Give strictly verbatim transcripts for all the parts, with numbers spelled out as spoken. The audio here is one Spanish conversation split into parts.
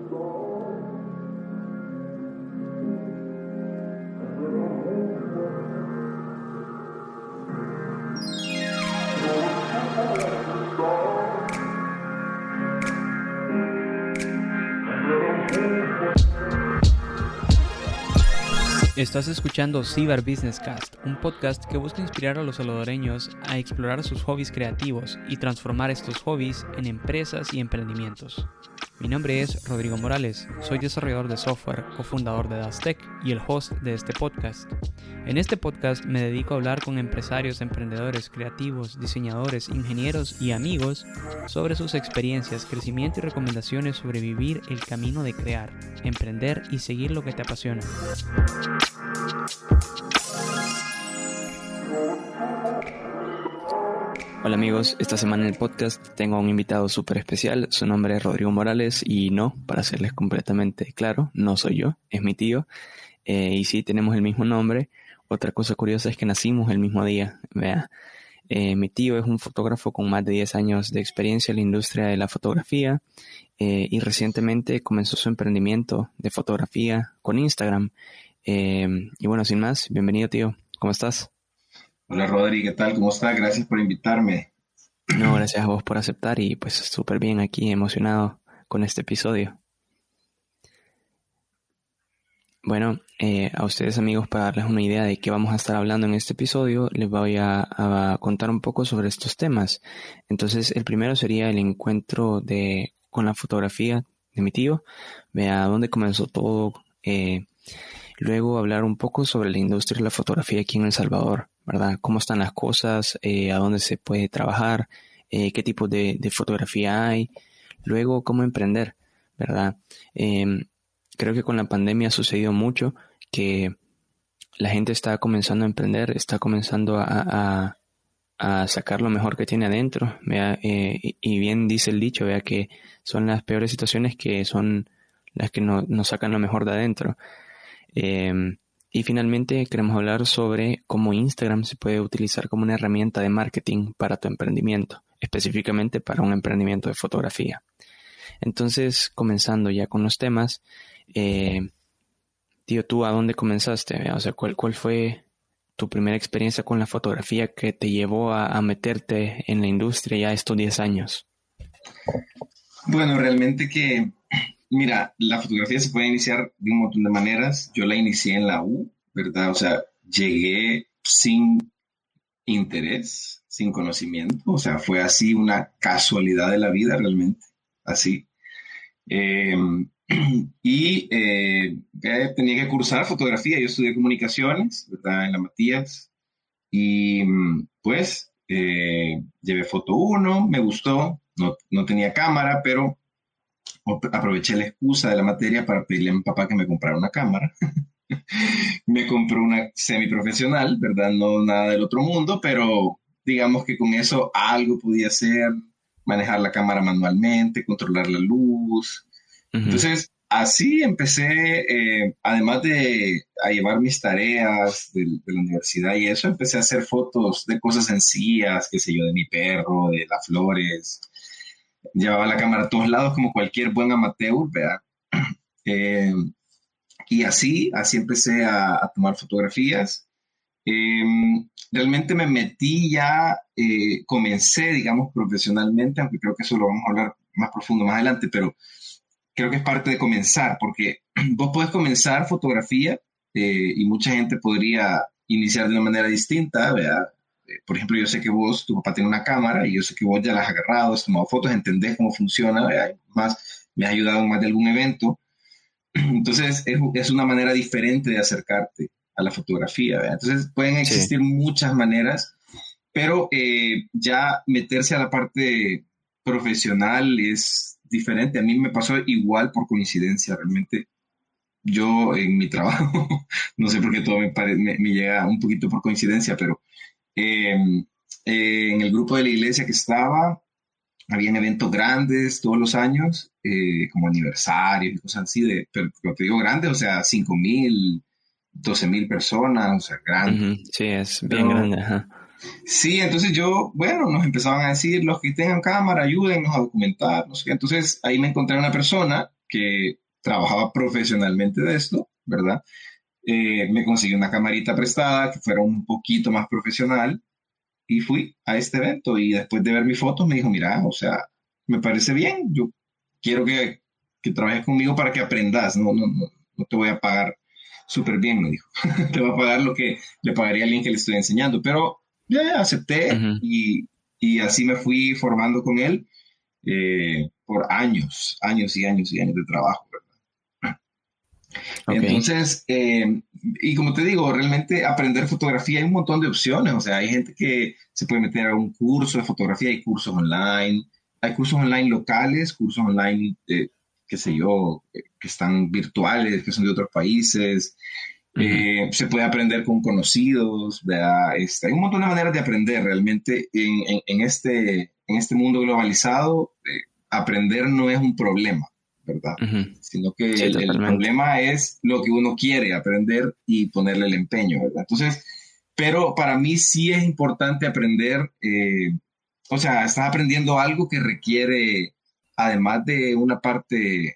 Estás escuchando Cibar Business Cast, un podcast que busca inspirar a los salvadoreños a explorar sus hobbies creativos y transformar estos hobbies en empresas y emprendimientos. Mi nombre es Rodrigo Morales, soy desarrollador de software, cofundador de Dastec y el host de este podcast. En este podcast me dedico a hablar con empresarios, emprendedores, creativos, diseñadores, ingenieros y amigos sobre sus experiencias, crecimiento y recomendaciones sobre vivir el camino de crear, emprender y seguir lo que te apasiona. Hola amigos, esta semana en el podcast tengo a un invitado súper especial, su nombre es Rodrigo Morales y no, para serles completamente claro, no soy yo, es mi tío, eh, y sí tenemos el mismo nombre. Otra cosa curiosa es que nacimos el mismo día, vea. Eh, mi tío es un fotógrafo con más de diez años de experiencia en la industria de la fotografía eh, y recientemente comenzó su emprendimiento de fotografía con Instagram. Eh, y bueno, sin más, bienvenido tío, ¿cómo estás? Hola Rodri, ¿qué tal? ¿Cómo estás? Gracias por invitarme. No, gracias a vos por aceptar y pues súper bien aquí, emocionado con este episodio. Bueno, eh, a ustedes amigos, para darles una idea de qué vamos a estar hablando en este episodio, les voy a, a contar un poco sobre estos temas. Entonces, el primero sería el encuentro de con la fotografía de mi tío, vea dónde comenzó todo. Eh, luego hablar un poco sobre la industria de la fotografía aquí en El Salvador, ¿verdad? Cómo están las cosas, eh, a dónde se puede trabajar, eh, qué tipo de, de fotografía hay. Luego, cómo emprender, ¿verdad? Eh, Creo que con la pandemia ha sucedido mucho que la gente está comenzando a emprender, está comenzando a, a, a sacar lo mejor que tiene adentro. Vea, eh, y bien dice el dicho, vea que son las peores situaciones que son las que no, nos sacan lo mejor de adentro. Eh, y finalmente queremos hablar sobre cómo Instagram se puede utilizar como una herramienta de marketing para tu emprendimiento, específicamente para un emprendimiento de fotografía. Entonces, comenzando ya con los temas, eh, tío, ¿tú a dónde comenzaste? O sea, ¿cuál, cuál fue tu primera experiencia con la fotografía que te llevó a, a meterte en la industria ya estos diez años? Bueno, realmente que, mira, la fotografía se puede iniciar de un montón de maneras. Yo la inicié en la U, ¿verdad? O sea, llegué sin interés, sin conocimiento. O sea, fue así una casualidad de la vida realmente, así. Eh, y eh, tenía que cursar fotografía. Yo estudié comunicaciones, ¿verdad? En la Matías. Y pues eh, llevé foto uno, me gustó. No, no tenía cámara, pero aproveché la excusa de la materia para pedirle a mi papá que me comprara una cámara. Me compró una semiprofesional, ¿verdad? No nada del otro mundo, pero digamos que con eso algo podía hacer, manejar la cámara manualmente, controlar la luz. Uh-huh. Entonces, así empecé, eh, además de a llevar mis tareas de, de la universidad y eso, empecé a hacer fotos de cosas sencillas, qué sé yo, de mi perro, de las flores. Llevaba la cámara a todos lados como cualquier buen amateur, ¿verdad? Eh, y así, así empecé a, a tomar fotografías. Eh, realmente me metí ya, eh, comencé, digamos, profesionalmente, aunque creo que eso lo vamos a hablar más profundo más adelante, pero creo que es parte de comenzar, porque vos podés comenzar fotografía eh, y mucha gente podría iniciar de una manera distinta, ¿verdad? Por ejemplo, yo sé que vos, tu papá tiene una cámara y yo sé que vos ya las has agarrado, has tomado fotos, entendés cómo funciona, ¿verdad? Más, me has ayudado en más de algún evento. Entonces, es, es una manera diferente de acercarte a la fotografía, ¿verdad? Entonces, pueden existir sí. muchas maneras, pero eh, ya meterse a la parte profesional es diferente. A mí me pasó igual por coincidencia, realmente. Yo en mi trabajo, no sé por qué todo me, pare, me, me llega un poquito por coincidencia, pero eh, eh, en el grupo de la iglesia que estaba, habían eventos grandes todos los años, eh, como aniversarios y cosas así, de, pero, pero te digo grandes, o sea, cinco mil, doce mil personas, o sea, grandes. Uh-huh. Sí, es bien pero, grande. Ajá. Sí, entonces yo, bueno, nos empezaban a decir, los que tengan cámara, ayúdennos a documentar, no sé qué. Entonces ahí me encontré una persona que trabajaba profesionalmente de esto, ¿verdad? Eh, me conseguí una camarita prestada que fuera un poquito más profesional y fui a este evento y después de ver mis fotos me dijo, mira, o sea, me parece bien, yo quiero que, que trabajes conmigo para que aprendas, no, no, no, no te voy a pagar súper bien, me dijo, te voy a pagar lo que le pagaría a alguien que le estoy enseñando, pero ya, ya acepté Ujú. y, y así me fui formando con él eh, por años, años y años y años de trabajo, ¿verdad? Ok. Entonces, eh, y como te digo, realmente aprender fotografía hay un montón de opciones. O sea, hay gente que se puede meter a un curso de fotografía, hay cursos online, hay cursos online locales, cursos online, eh, qué sé yo, eh, que están virtuales, que son de otros países. Ujú. Eh, se puede aprender con conocidos, ¿verdad? Este, hay un montón de maneras de aprender realmente en, en- en este, en este mundo globalizado. Eh, aprender no es un problema, ¿verdad? Ujú. Sino que Sí, el, el totalmente. problema es lo que uno quiere aprender y ponerle el empeño, ¿verdad? Entonces, pero para mí sí es importante aprender, eh, o sea, estás aprendiendo algo que requiere, además de una parte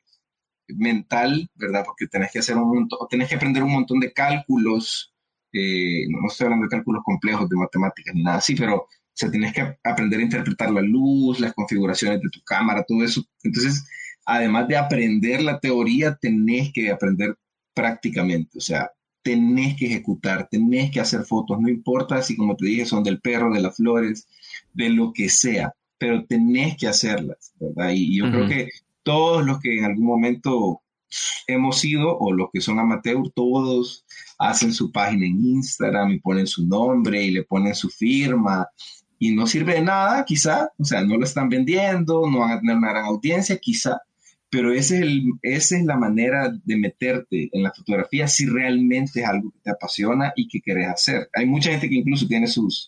mental, ¿verdad? Porque tenés que hacer un montón, tenés que aprender un montón de cálculos, eh, no estoy hablando de cálculos complejos de matemáticas ni nada así, pero o sea, tienes que aprender a interpretar la luz, las configuraciones de tu cámara, todo eso. Entonces, además de aprender la teoría, tenés que aprender prácticamente, o sea, tenés que ejecutar, tenés que hacer fotos, no importa si, como te dije, son del perro, de las flores, de lo que sea, pero tenés que hacerlas, ¿verdad? Y, y yo creo Ujú. que todos los que en algún momento hemos sido, o los que son amateur, todos hacen su página en Instagram y ponen su nombre y le ponen su firma y no sirve de nada, quizá, o sea, no lo están vendiendo, no van a tener una gran audiencia, quizá, pero ese es el, esa es la manera de meterte en la fotografía si realmente es algo que te apasiona y que querés hacer. Hay mucha gente que incluso tiene sus,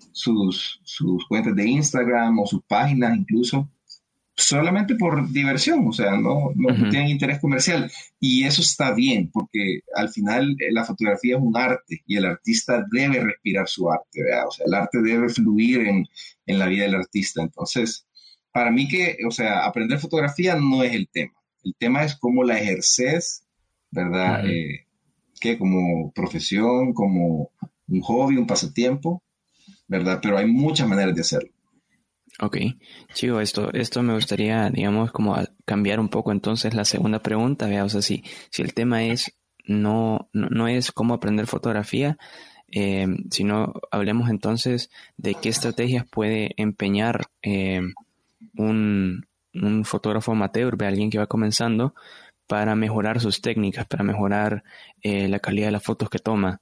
sus, sus cuentas de Instagram o sus páginas incluso solamente por diversión, o sea, no, no, no Ujú. tienen interés comercial. Y eso está bien, porque al final eh, la fotografía es un arte y el artista debe respirar su arte, ¿verdad? O sea, el arte debe fluir en, en la vida del artista. Entonces, para mí que, o sea, aprender fotografía no es el tema. El tema es cómo la ejerces, ¿verdad? Ujú. Eh, que como profesión, como un hobby, un pasatiempo, ¿verdad? Pero hay muchas maneras de hacerlo. Ok, chico, esto, esto me gustaría, digamos, como a- cambiar un poco entonces la segunda pregunta, vea, o sea, si, si el tema es, no, no, no es cómo aprender fotografía, eh, sino hablemos entonces de qué estrategias puede empeñar eh, un, un fotógrafo amateur, ve alguien que va comenzando, para mejorar sus técnicas, para mejorar eh, la calidad de las fotos que toma.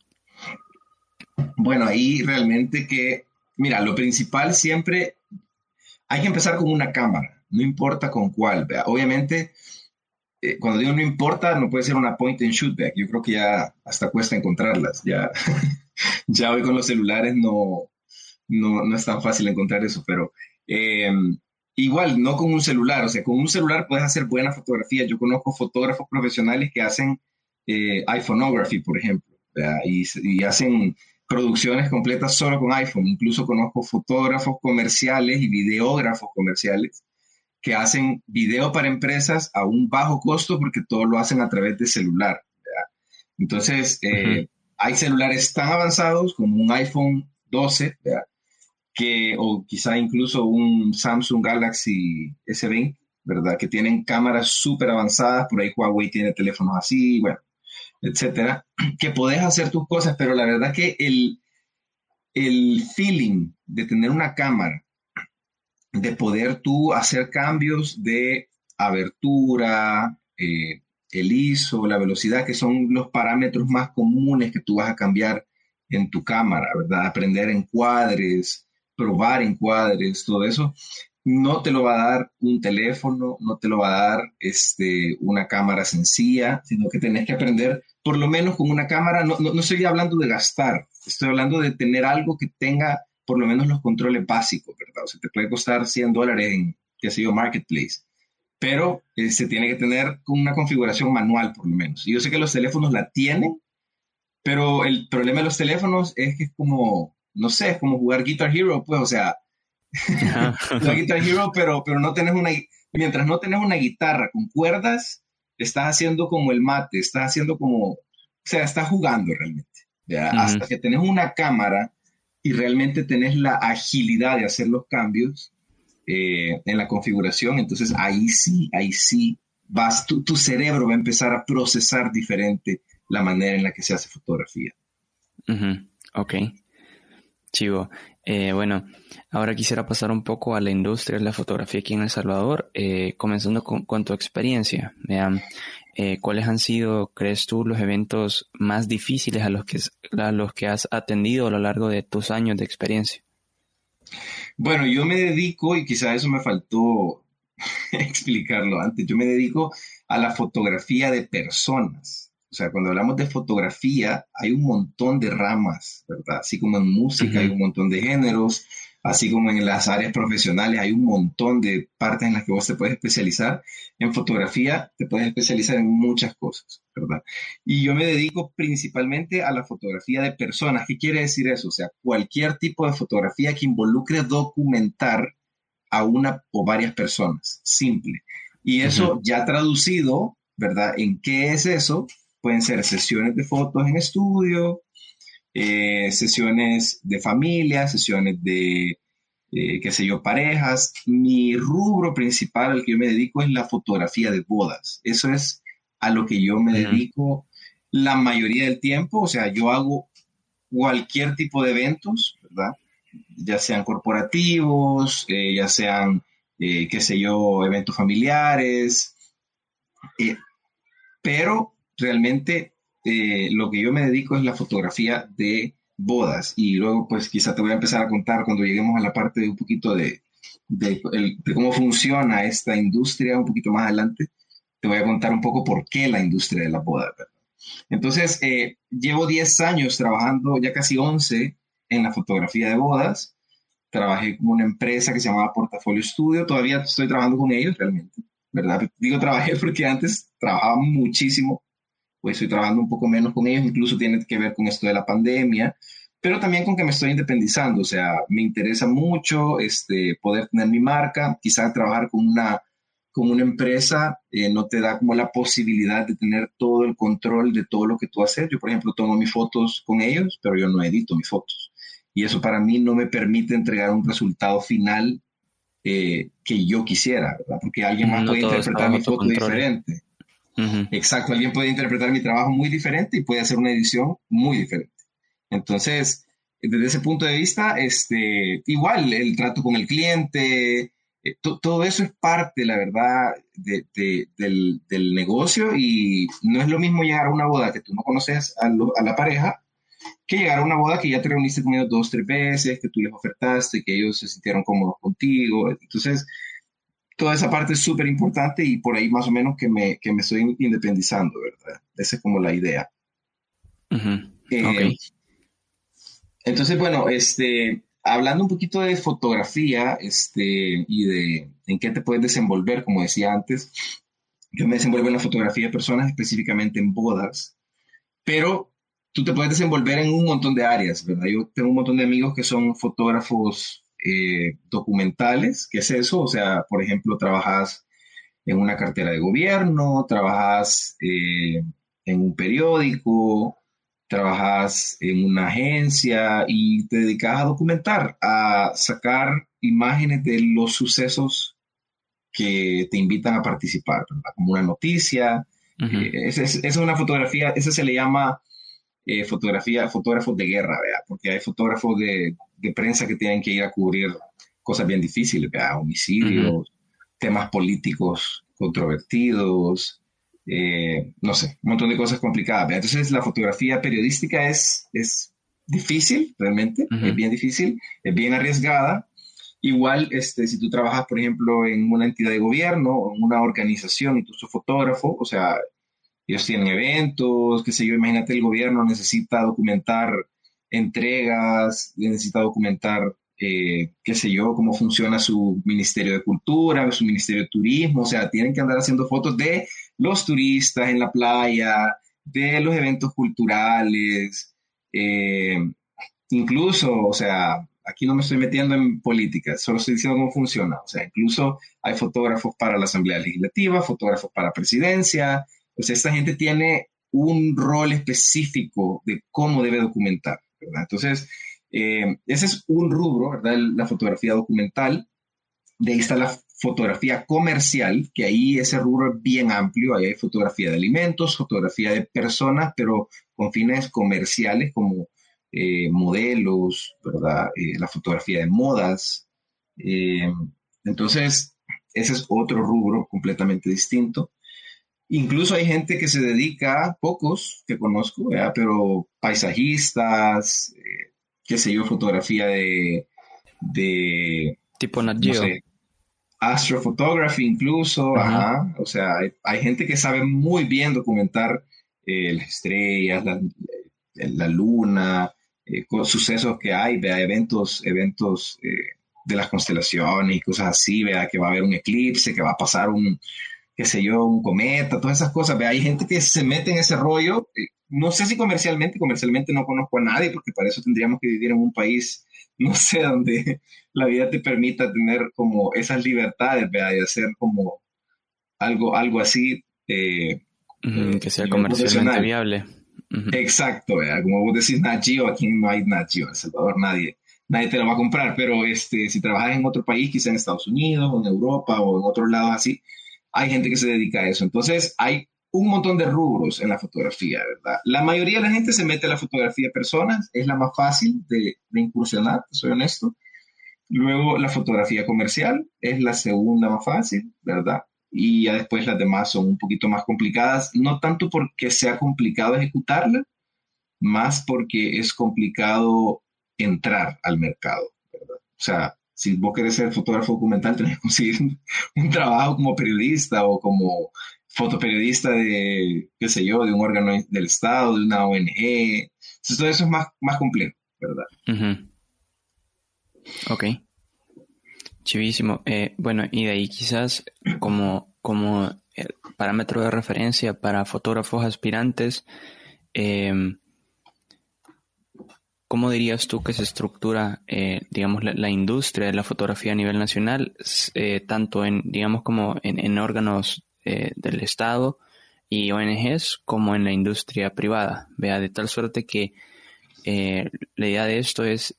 Bueno, ahí realmente que, mira, lo principal siempre hay que empezar con una cámara, no importa con cuál, ¿vea? Obviamente, eh, cuando digo no importa, no puede ser una point and shoot, ¿vea? Yo creo que ya hasta cuesta encontrarlas, ya, ya hoy con los celulares no, no, no es tan fácil encontrar eso, pero eh, igual, no con un celular, o sea, con un celular puedes hacer buena fotografía. Yo conozco fotógrafos profesionales que hacen eh, iPhoneography, por ejemplo, ¿verdad? Y, y hacen producciones completas solo con iPhone. Incluso conozco fotógrafos comerciales y videógrafos comerciales que hacen video para empresas a un bajo costo porque todo lo hacen a través de celular. ¿Verdad? Entonces, Ujú. eh, hay celulares tan avanzados como un iPhone doce, ¿verdad? Que, o quizá incluso un Samsung Galaxy S veinte, ¿verdad? Que tienen cámaras súper avanzadas, por ahí Huawei tiene teléfonos así, bueno, etcétera, que podés hacer tus cosas, pero la verdad que el, el feeling de tener una cámara, de poder tú hacer cambios de abertura, eh, el I S O, la velocidad, que son los parámetros más comunes que tú vas a cambiar en tu cámara, ¿verdad? Aprender encuadres, probar encuadres, todo eso, no te lo va a dar un teléfono, no te lo va a dar este, una cámara sencilla, sino que tenés que aprender por lo menos con una cámara. No, no, no estoy hablando de gastar, estoy hablando de tener algo que tenga por lo menos los controles básicos, ¿verdad? O sea, te puede costar cien dólares en, qué sé yo, Marketplace, pero eh, se tiene que tener con una configuración manual, por lo menos. Y yo sé que los teléfonos la tienen, pero el problema de los teléfonos es que es como, no sé, es como jugar Guitar Hero, pues, o sea, Ajá. jugar Guitar Hero, pero, pero no tenés una, mientras no tenés una guitarra con cuerdas, estás haciendo como el mate, estás haciendo como, o sea, estás jugando realmente. ¿Ya? Ujú, Hasta que tenés una cámara y realmente tenés la agilidad de hacer los cambios eh, en la configuración, entonces ahí sí, ahí sí vas, tu, tu cerebro va a empezar a procesar diferente la manera en la que se hace fotografía. ujú. Ok, chivo. Eh, bueno, ahora quisiera pasar un poco a la industria de la fotografía aquí en El Salvador, eh, comenzando con, con tu experiencia. Vean, eh, ¿cuáles han sido, crees tú, los eventos más difíciles a los que, a los que has atendido a lo largo de tus años de experiencia? Bueno, yo me dedico, y quizá eso me faltó explicarlo antes, yo me dedico a la fotografía de personas. O sea, cuando hablamos de fotografía, hay un montón de ramas, ¿verdad? Así como en música hay Ujú, un montón de géneros, así como en las áreas profesionales hay un montón de partes en las que vos te puedes especializar. En fotografía te puedes especializar en muchas cosas, ¿verdad? Y yo me dedico principalmente a la fotografía de personas. ¿Qué quiere decir eso? O sea, cualquier tipo de fotografía que involucre documentar a una o varias personas, simple. Y ujú, eso ya traducido, ¿verdad? ¿En qué es eso? Pueden ser sesiones de fotos en estudio, eh, sesiones de familia, sesiones de, eh, qué sé yo, parejas. Mi rubro principal al que yo me dedico es la fotografía de bodas. Eso es a lo que yo me ujú, dedico la mayoría del tiempo. O sea, yo hago cualquier tipo de eventos, ¿verdad? Ya sean corporativos, eh, ya sean, eh, qué sé yo, eventos familiares, eh, pero realmente eh, lo que yo me dedico es la fotografía de bodas y luego pues quizá te voy a empezar a contar cuando lleguemos a la parte de un poquito de, de, el, de cómo funciona esta industria un poquito más adelante, te voy a contar un poco por qué la industria de la boda, ¿verdad? Entonces, eh, llevo diez años trabajando, ya casi once en la fotografía de bodas. Trabajé con una empresa que se llamaba Portafolio Studio, todavía estoy trabajando con ellos realmente, ¿verdad? Digo trabajé porque antes trabajaba muchísimo, pues estoy trabajando un poco menos con ellos, incluso tiene que ver con esto de la pandemia, pero también con que me estoy independizando, o sea, me interesa mucho este, poder tener mi marca, quizás trabajar con una, con una empresa eh, no te da como la posibilidad de tener todo el control de todo lo que tú haces. Yo, por ejemplo, tomo mis fotos con ellos, pero yo no edito mis fotos. Y eso para mí no me permite entregar un resultado final eh, que yo quisiera, ¿verdad? Porque alguien ujú. más No puede todo está interpretar bajo mi tu foto control. diferente. Ujú, Exacto, alguien puede interpretar mi trabajo muy diferente y puede hacer una edición muy diferente. Entonces, desde ese punto de vista, este, igual el trato con el cliente, eh, to- todo eso es parte, la verdad, de- de- del, del negocio y no es lo mismo llegar a una boda que tú no conoces a, lo- a la pareja que llegar a una boda que ya te reuniste con ellos dos, tres veces, que tú les ofertaste, que ellos se sintieron cómodos contigo. Entonces, toda esa parte es súper importante y por ahí más o menos que me, que me estoy independizando, ¿verdad? Esa es como la idea. ujú. Ok. Eh, entonces, bueno, este, hablando un poquito de fotografía, este, y de en qué te puedes desenvolver, como decía antes, yo me desenvuelvo en la fotografía de personas, específicamente en bodas, pero tú te puedes desenvolver en un montón de áreas, ¿verdad? Yo tengo un montón de amigos que son fotógrafos eh, documentales, ¿qué es eso? O sea, por ejemplo, trabajas en una cartera de gobierno, trabajas eh, en un periódico, trabajas en una agencia y te dedicas a documentar, a sacar imágenes de los sucesos que te invitan a participar, ¿verdad? Como una noticia. Ujú, Eh, esa es, esa es una fotografía, esa se le llama eh, fotografía, fotógrafos de guerra, ¿verdad? Porque hay fotógrafos de, de prensa que tienen que ir a cubrir cosas bien difíciles, ¿verdad? ujú, Homicidios, temas políticos controvertidos, eh, no sé, un montón de cosas complicadas, ¿verdad? Entonces la fotografía periodística es, es difícil, realmente, es ujú, bien difícil, es bien arriesgada. Igual, este, si tú trabajas, por ejemplo, en una entidad de gobierno o en una organización y tú sos fotógrafo, o sea, ellos tienen eventos, qué sé yo, imagínate el gobierno necesita documentar entregas, necesita documentar, eh, qué sé yo, cómo funciona su Ministerio de Cultura, su Ministerio de Turismo, o sea, tienen que andar haciendo fotos de los turistas en la playa, de los eventos culturales, eh, incluso, o sea, aquí no me estoy metiendo en política, solo estoy diciendo cómo funciona. O sea, incluso hay fotógrafos para la Asamblea Legislativa, fotógrafos para presidencia. O sea, esta gente tiene un rol específico de cómo debe documentar, ¿verdad? Entonces, eh, ese es un rubro, ¿verdad? La fotografía documental. De ahí está la fotografía comercial, que ahí ese rubro es bien amplio. Ahí hay fotografía de alimentos, fotografía de personas, pero con fines comerciales como eh, modelos, ¿verdad? Eh, la fotografía de modas. Eh, entonces, ese es otro rubro completamente distinto. Incluso hay gente que se dedica, pocos que conozco, ¿verdad? Pero paisajistas, eh, qué sé yo, fotografía de, de, Tipo Nat no Geo. sé, astrophotography incluso, Ujú. ajá. O sea, hay, hay gente que sabe muy bien documentar eh, las estrellas, la, la luna, eh, co- sucesos que hay, vea, eventos, eventos eh, de las constelaciones y cosas así, vea, que va a haber un eclipse, que va a pasar un, qué sé yo, un cometa, todas esas cosas. Vea, hay gente que se mete en ese rollo. eh, no sé si comercialmente, comercialmente no conozco a nadie, porque para eso tendríamos que vivir en un país, no sé, donde la vida te permita tener como esas libertades, vea, de hacer como algo, algo así eh, Ujú, eh, que a sea nivel comercialmente profesional. viable. Ujú. Exacto, ¿verdad? Como vos decís Nat Geo, aquí no hay Nat Geo, en El Salvador nadie, nadie te lo va a comprar, pero este, si trabajas en otro país, quizá en Estados Unidos o en Europa o en otros lados así, hay gente que se dedica a eso. Entonces, hay un montón de rubros en la fotografía, ¿verdad? La mayoría de la gente se mete a la fotografía de personas, es la más fácil de, de incursionar, soy honesto. Luego la fotografía comercial es la segunda más fácil, ¿verdad? Y ya después las demás son un poquito más complicadas, no tanto porque sea complicado ejecutarla, más porque es complicado entrar al mercado, ¿verdad? O sea, si vos querés ser fotógrafo documental, tenés que conseguir un trabajo como periodista o como fotoperiodista de, qué sé yo, de un órgano del Estado, de una O N G. Entonces, todo eso es más, más complejo, ¿verdad? Ujú. Ok, chivísimo. Eh, bueno, y de ahí quizás como, como eh, parámetro de referencia para fotógrafos aspirantes, em, ¿cómo dirías tú que se estructura, eh, digamos, la, la industria de la fotografía a nivel nacional, s- eh, tanto en, digamos, como en, en órganos eh, del Estado y O N Ges, como en la industria privada? Vea, de tal suerte que eh, la idea de esto es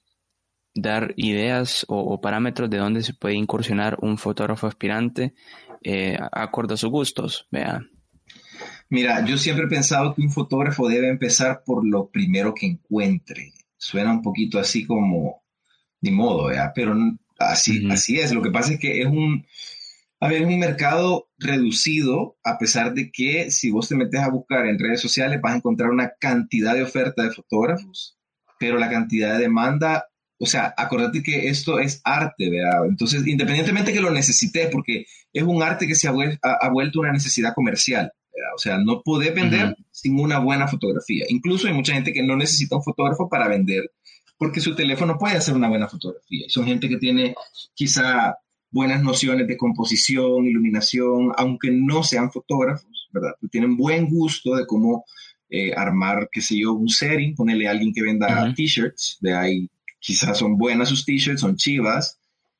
dar ideas o, o parámetros de dónde se puede incursionar un fotógrafo aspirante eh, acorde a sus gustos, vea. Mira, yo siempre he pensado que un fotógrafo debe empezar por lo primero que encuentre. Suena un poquito así como, ni modo, ¿verdad? Pero n- así, Ujú, así es. Lo que pasa es que es un, a ver, es un mercado reducido, a pesar de que si vos te metes a buscar en redes sociales vas a encontrar una cantidad de oferta de fotógrafos, pero la cantidad de demanda, o sea, acordate que esto es arte, ¿verdad? Entonces, independientemente que lo necesites, porque es un arte que se ha, vuel- ha- ha vuelto una necesidad comercial, ¿verdad? O sea, no podés ujú, vender sin una buena fotografía. Incluso hay mucha gente que no necesita un fotógrafo para vender, porque su teléfono puede hacer una buena fotografía. Y son gente que tiene quizá buenas nociones de composición, iluminación, aunque no sean fotógrafos, ¿verdad? Pero tienen buen gusto de cómo eh, armar, qué sé yo, un setting, ponerle a alguien que venda ujú. t-shirts, de ahí quizás son buenas sus t-shirts, son chivas,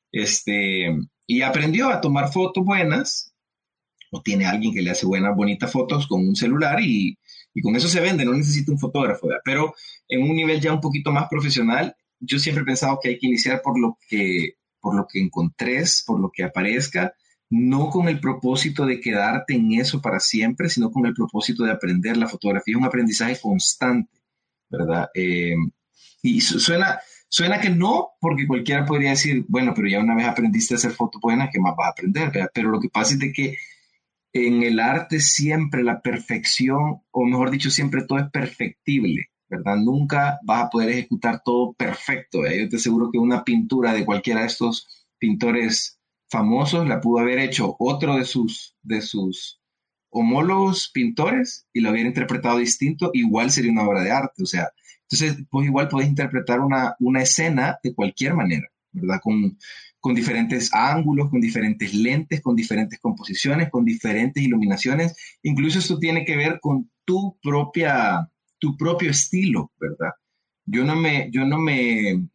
este, y aprendió a tomar fotos buenas, o tiene alguien que le hace buenas, bonitas fotos con un celular y, y con eso se vende, no necesita un fotógrafo, ¿verdad? Pero en un nivel ya un poquito más profesional, yo siempre he pensado que hay que iniciar por lo que, por lo que encontres, por lo que aparezca, no con el propósito de quedarte en eso para siempre, sino con el propósito de aprender. La fotografía es un aprendizaje constante, ¿verdad? Eh, y su- suena, suena que no, porque cualquiera podría decir, bueno, pero ya una vez aprendiste a hacer fotos buenas, ¿qué más vas a aprender? ¿Verdad? Pero lo que pasa es de que en el arte siempre la perfección, o mejor dicho, siempre todo es perfectible, ¿verdad? Nunca vas a poder ejecutar todo perfecto. ¿Eh? Yo te aseguro que una pintura de cualquiera de estos pintores famosos la pudo haber hecho otro de sus, de sus homólogos pintores y lo hubiera interpretado distinto, igual sería una obra de arte. O sea, entonces, pues igual podés interpretar una, una escena de cualquier manera, ¿verdad? Con, con diferentes ángulos, con diferentes lentes, con diferentes composiciones, con diferentes iluminaciones. Incluso esto tiene que ver con tu propia, tu propio estilo, ¿verdad? Yo no me, yo no me,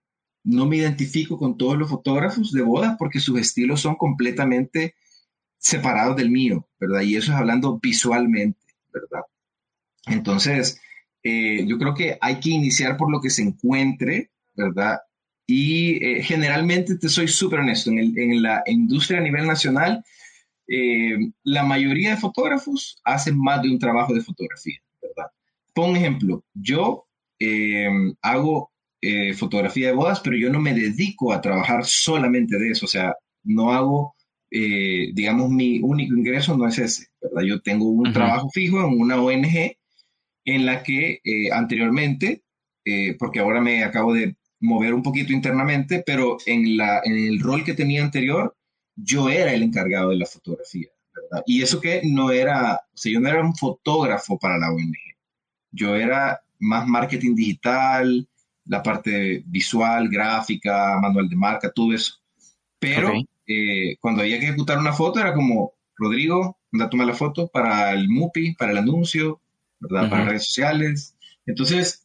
no me identifico con todos los fotógrafos de bodas porque sus estilos son completamente separados del mío, ¿verdad? Y eso es hablando visualmente, ¿verdad? Entonces, eh, yo creo que hay que iniciar por lo que se encuentre, ¿verdad? Y eh, generalmente, te soy súper honesto, en, el, en la industria a nivel nacional, eh, la mayoría de fotógrafos hacen más de un trabajo de fotografía, ¿verdad? Por ejemplo, yo eh, hago eh, fotografía de bodas, pero yo no me dedico a trabajar solamente de eso, o sea, no hago, eh, digamos, mi único ingreso no es ese, ¿verdad? Yo tengo un Ujú. trabajo fijo en una O N G en la que eh, anteriormente, eh, porque ahora me acabo de mover un poquito internamente, pero en, la, en el rol que tenía anterior, yo era el encargado de la fotografía, ¿verdad? Y eso que no era, o sea, yo no era un fotógrafo para la O N G, yo era más marketing digital, la parte visual, gráfica, manual de marca, todo eso. Ok. Pero eh, cuando había que ejecutar una foto era como, Rodrigo, anda a tomar la foto para el MUPI, para el anuncio, ¿verdad? Para Ujú. redes sociales. Entonces,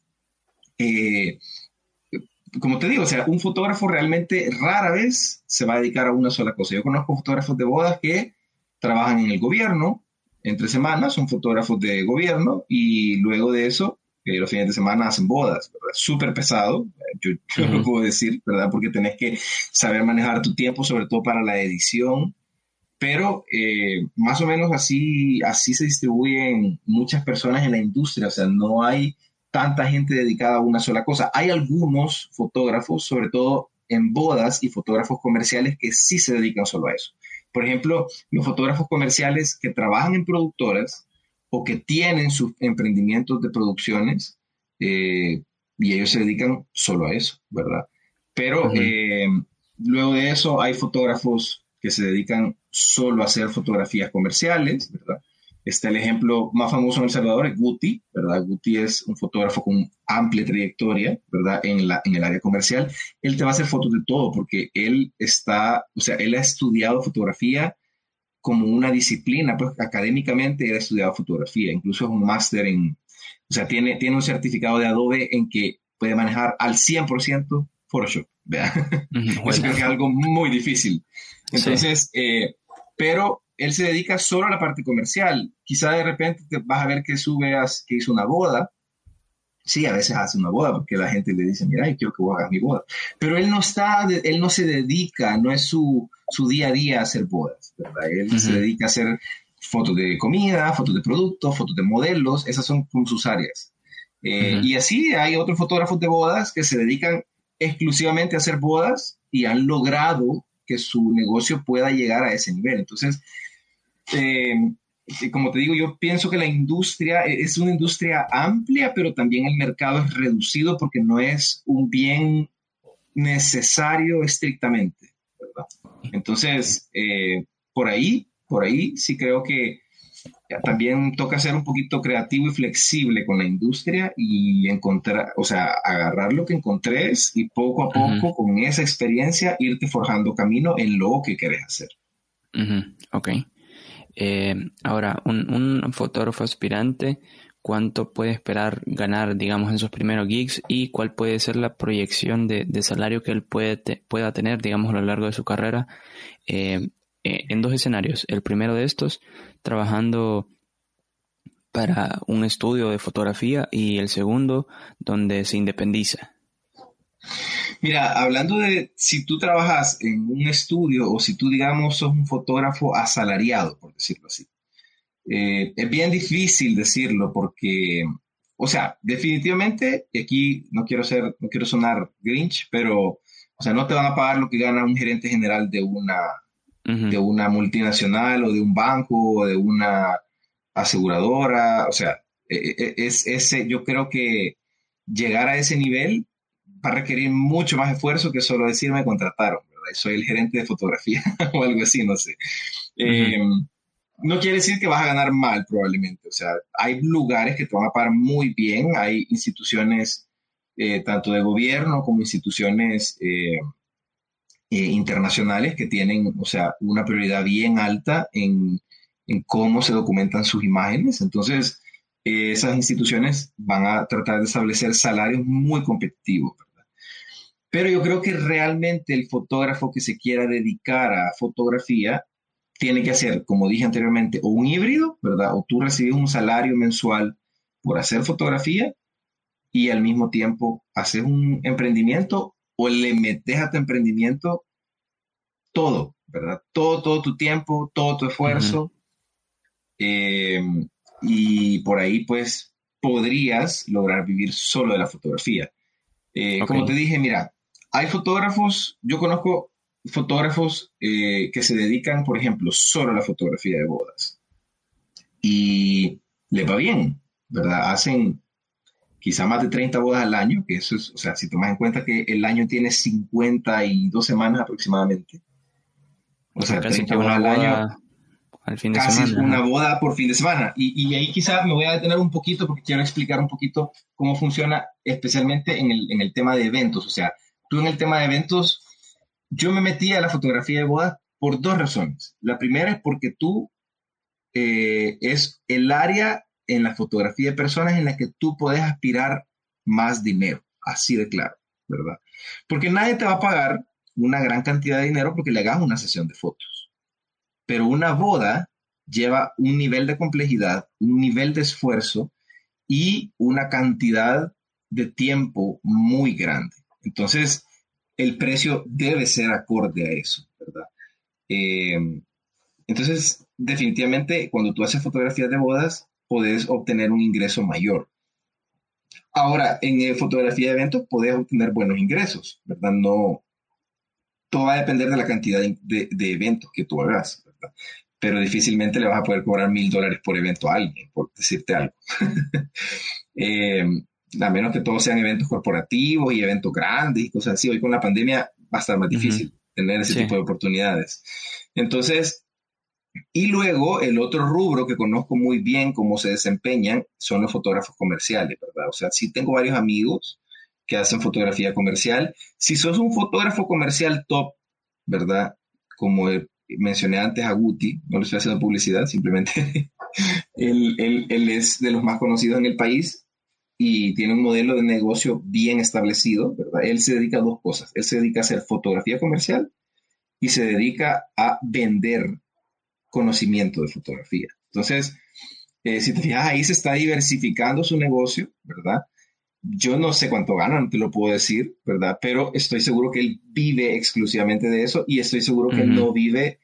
eh, como te digo, o sea, un fotógrafo realmente rara vez se va a dedicar a una sola cosa. Yo conozco fotógrafos de bodas que trabajan en el gobierno, entre semanas son fotógrafos de gobierno y luego de eso, eh, los fines de semana hacen bodas, ¿verdad? Súper pesado, yo, yo lo Ujú. puedo decir, ¿verdad? Porque tenés que saber manejar tu tiempo, sobre todo para la edición, pero eh, más o menos así, así se distribuyen muchas personas en la industria, o sea, no hay tanta gente dedicada a una sola cosa. Hay algunos fotógrafos, sobre todo en bodas y fotógrafos comerciales, que sí se dedican solo a eso. Por ejemplo, los fotógrafos comerciales que trabajan en productoras o que tienen sus emprendimientos de producciones eh, y ellos se dedican solo a eso, ¿verdad? Pero Ujú. eh, luego de eso hay fotógrafos que se dedican solo a hacer fotografías comerciales, ¿verdad? Está el ejemplo más famoso en El Salvador, es Guti, ¿verdad? Guti es un fotógrafo con amplia trayectoria, ¿verdad? En, la, en el área comercial. Él te va a hacer fotos de todo porque él está, o sea, él ha estudiado fotografía como una disciplina, pues académicamente él ha estudiado fotografía, incluso es un máster en, o sea, tiene, tiene un certificado de Adobe en que puede manejar al cien por ciento Photoshop, ¿verdad? Ujú. Eso Bueno, creo que es algo muy difícil. sí. Entonces, eh, pero él se dedica solo a la parte comercial. Quizá de repente te vas a ver que sube, a, que hizo una boda. Sí, a veces hace una boda porque la gente le dice, mira, yo quiero que vos hagas mi boda. Pero él no está, él no se dedica, no es su, su día a día a hacer bodas, ¿verdad? Él se Ujú. dedica a hacer fotos de comida, fotos de productos, fotos de modelos, esas son como sus áreas. Eh, Ujú. y así hay otros fotógrafos de bodas que se dedican exclusivamente a hacer bodas y han logrado que su negocio pueda llegar a ese nivel. Entonces, eh, como te digo, yo pienso que la industria e, es una industria amplia, pero también el mercado es reducido porque no es un bien necesario estrictamente, ¿verdad? Entonces, eh, por ahí, por ahí sí creo que también toca ser un poquito creativo y flexible con la industria y encontrar, o sea, agarrar lo que encontres y poco a Ujú. poco con esa experiencia irte forjando camino en lo que querés hacer. Ujú. Ok. Eh, ahora, un, un fotógrafo aspirante, ¿cuánto puede esperar ganar, digamos, en sus primeros gigs y cuál puede ser la proyección de, de salario que él puede te- pueda tener, digamos, a lo largo de su carrera? Eh, eh, en dos escenarios. El primero de estos, trabajando para un estudio de fotografía y el segundo, donde se independiza. Mira, hablando de si tú trabajas en un estudio o si tú, digamos, sos un fotógrafo asalariado, por decirlo así, eh, es bien difícil decirlo porque, o sea, definitivamente, y aquí no quiero ser, no quiero sonar Grinch, pero, o sea, no te van a pagar lo que gana un gerente general de una, de Ujú. una multinacional o de un banco o de una aseguradora, o sea, e- e- es ese, yo creo que llegar a ese nivel va a requerir mucho más esfuerzo que solo decir me contrataron, ¿verdad? Soy el gerente de fotografía o algo así, no sé. Ujú. Eh, no quiere decir que vas a ganar mal probablemente, o sea, hay lugares que te van a pagar muy bien, hay instituciones eh, tanto de gobierno como instituciones eh, eh, internacionales que tienen, o sea, una prioridad bien alta en, en cómo se documentan sus imágenes. Entonces, eh, esas instituciones van a tratar de establecer salarios muy competitivos, ¿verdad? Pero yo creo que realmente el fotógrafo que se quiera dedicar a fotografía tiene que hacer, como dije anteriormente, o un híbrido, ¿verdad? O tú recibes un salario mensual por hacer fotografía y al mismo tiempo haces un emprendimiento o le metes a tu emprendimiento todo, ¿verdad? Todo, todo tu tiempo, todo tu Ujú. esfuerzo. eh, y por ahí, pues, podrías lograr vivir solo de la fotografía. Eh, Ok. como te dije, mira, hay fotógrafos, yo conozco fotógrafos eh, que se dedican, por ejemplo, solo a la fotografía de bodas y les va bien, ¿verdad? Hacen quizá más de treinta bodas al año, que eso es, o sea, si tomas en cuenta que el año tiene cincuenta y dos semanas aproximadamente, o Son sea, casi treinta que una bodas al año, boda al fin de casi es semana, una ajá. boda por fin de semana. Y, y ahí quizá me voy a detener un poquito porque quiero explicar un poquito cómo funciona, especialmente en el, en el tema de eventos. O sea, tú en el tema de eventos, yo me metí a la fotografía de bodas por dos razones. La primera es porque tú eh, es el área en la fotografía de personas en la que tú puedes aspirar más dinero, así de claro, ¿verdad? Porque nadie te va a pagar una gran cantidad de dinero porque le hagas una sesión de fotos. Pero una boda lleva un nivel de complejidad, un nivel de esfuerzo y una cantidad de tiempo muy grande. Entonces, el precio debe ser acorde a eso, ¿verdad? Eh, entonces, definitivamente, cuando tú haces fotografías de bodas, puedes obtener un ingreso mayor. Ahora, en eh, fotografía de eventos, puedes obtener buenos ingresos, ¿verdad? No, todo va a depender de la cantidad de, de- de eventos que tú hagas, ¿verdad? Pero difícilmente le vas a poder cobrar mil dólares por evento a alguien, por decirte algo. Eh, a menos que todos sean eventos corporativos y eventos grandes y cosas así. Hoy con la pandemia va a estar más Ujú. difícil tener ese Sí. tipo de oportunidades. Entonces, y luego el otro rubro que conozco muy bien cómo se desempeñan son los fotógrafos comerciales, ¿verdad? O sea, sí tengo varios amigos que hacen fotografía comercial. Si sos un fotógrafo comercial top, ¿verdad? Como eh, mencioné antes a Guti, no le estoy haciendo publicidad, simplemente él, él, él es de los más conocidos en el país y tiene un modelo de negocio bien establecido, ¿verdad? Él se dedica a dos cosas. Él se dedica a hacer fotografía comercial y se dedica a vender conocimiento de fotografía. Entonces, eh, si te fijas, ahí se está diversificando su negocio, ¿verdad? Yo no sé cuánto gana, no te lo puedo decir, ¿verdad? Pero estoy seguro que él vive exclusivamente de eso y estoy seguro que él Ujú. no vive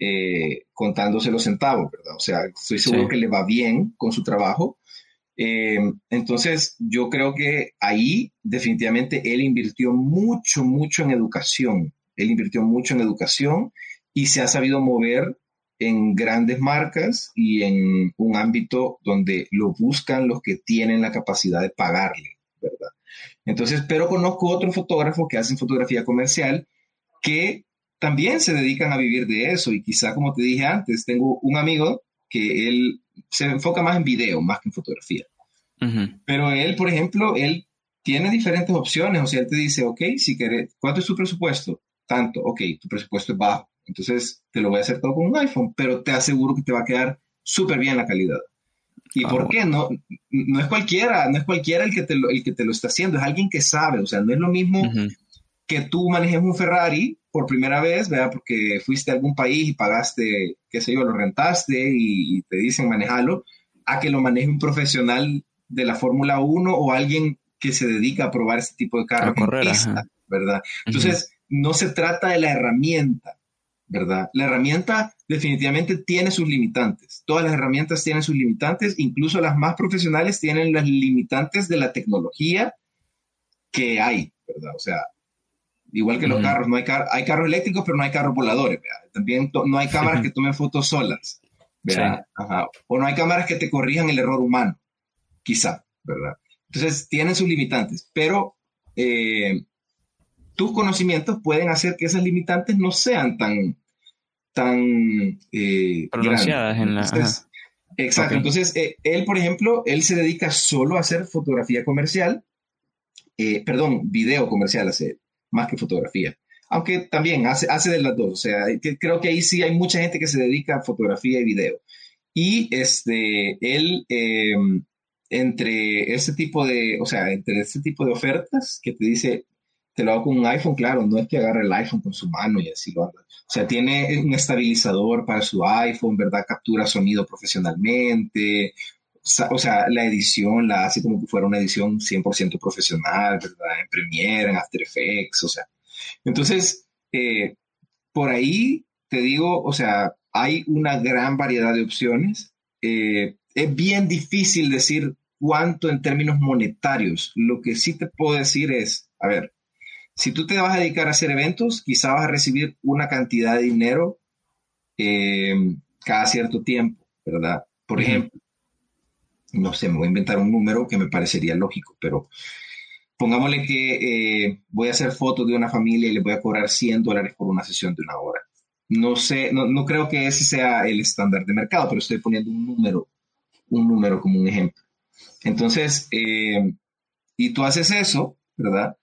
eh, contándose los centavos, ¿verdad? O sea, estoy Sí. seguro que le va bien con su trabajo. Eh, entonces, yo creo que ahí definitivamente él invirtió mucho, mucho en educación. Él invirtió mucho en educación y se ha sabido mover en grandes marcas y en un ámbito donde lo buscan los que tienen la capacidad de pagarle, ¿verdad? Entonces, pero conozco otros fotógrafos que hacen fotografía comercial que también se dedican a vivir de eso y quizá, como te dije antes, tengo un amigo que él se enfoca más en video, más que en fotografía. Ujú. Pero él, por ejemplo, él tiene diferentes opciones. O sea, él te dice, ok, si querés, ¿cuánto es tu presupuesto? Tanto, ok, tu presupuesto es bajo. Entonces te lo voy a hacer todo con un iPhone, pero te aseguro que te va a quedar súper bien la calidad. ¿Y Ah, por qué? bueno. No, no es cualquiera, no es cualquiera el que, te lo, el que te lo está haciendo, es alguien que sabe. O sea, no es lo mismo Ujú. que tú manejes un Ferrari por primera vez, ¿verdad? Porque fuiste a algún país y pagaste, qué sé yo, lo rentaste y, y te dicen manejalo, a que lo maneje un profesional de la Fórmula Uno o alguien que se dedica a probar este tipo de A carros en correr, pista, ajá. ¿verdad? Ujú. Entonces, no se trata de la herramienta, ¿verdad? La herramienta definitivamente tiene sus limitantes. Todas las herramientas tienen sus limitantes, incluso las más profesionales tienen las limitantes de la tecnología que hay, ¿verdad? O sea, igual que los Ujú. carros, no hay, car hay carros eléctricos, pero no hay carros voladores, ¿verdad? También no hay cámaras que tomen fotos solas, Sí. ¿verdad? Ajá. O no hay cámaras que te corrijan el error humano, quizá, ¿verdad? Entonces, tienen sus limitantes, pero eh, tus conocimientos pueden hacer que esas limitantes no sean tan, tan eh, grandes, Pronunciadas ¿verdad? en la... Entonces, Ajá. Ok. exacto. Entonces, eh, él, por ejemplo, él se dedica solo a hacer fotografía comercial, eh, perdón, video comercial hace más que fotografía. Aunque también hace, hace de las dos. O sea, que, creo que ahí sí hay mucha gente que se dedica a fotografía y video. Y este, él, eh, entre este tipo de, o sea, entre este tipo de ofertas que te dice, te lo hago con un iPhone, claro, no es que agarre el iPhone con su mano y así lo haga. O sea, tiene un estabilizador para su iPhone, ¿verdad? Captura sonido profesionalmente. O sea, la edición la hace como que fuera una edición cien por ciento profesional, ¿verdad? En Premiere, en After Effects, o sea. Entonces, eh, por ahí te digo, o sea, hay una gran variedad de opciones. Eh, es bien difícil decir cuánto en términos monetarios. Lo que sí te puedo decir es, a ver, si tú te vas a dedicar a hacer eventos, quizá vas a recibir una cantidad de dinero eh, cada cierto tiempo, ¿verdad? Por Ujú. ejemplo, no sé, me voy a inventar un número que me parecería lógico, pero pongámosle que eh, voy a hacer fotos de una familia y le voy a cobrar cien dólares por una sesión de una hora. No sé, no, no creo que ese sea el estándar de mercado, pero estoy poniendo un número, un número como un ejemplo. Entonces, eh, y tú haces eso, ¿verdad?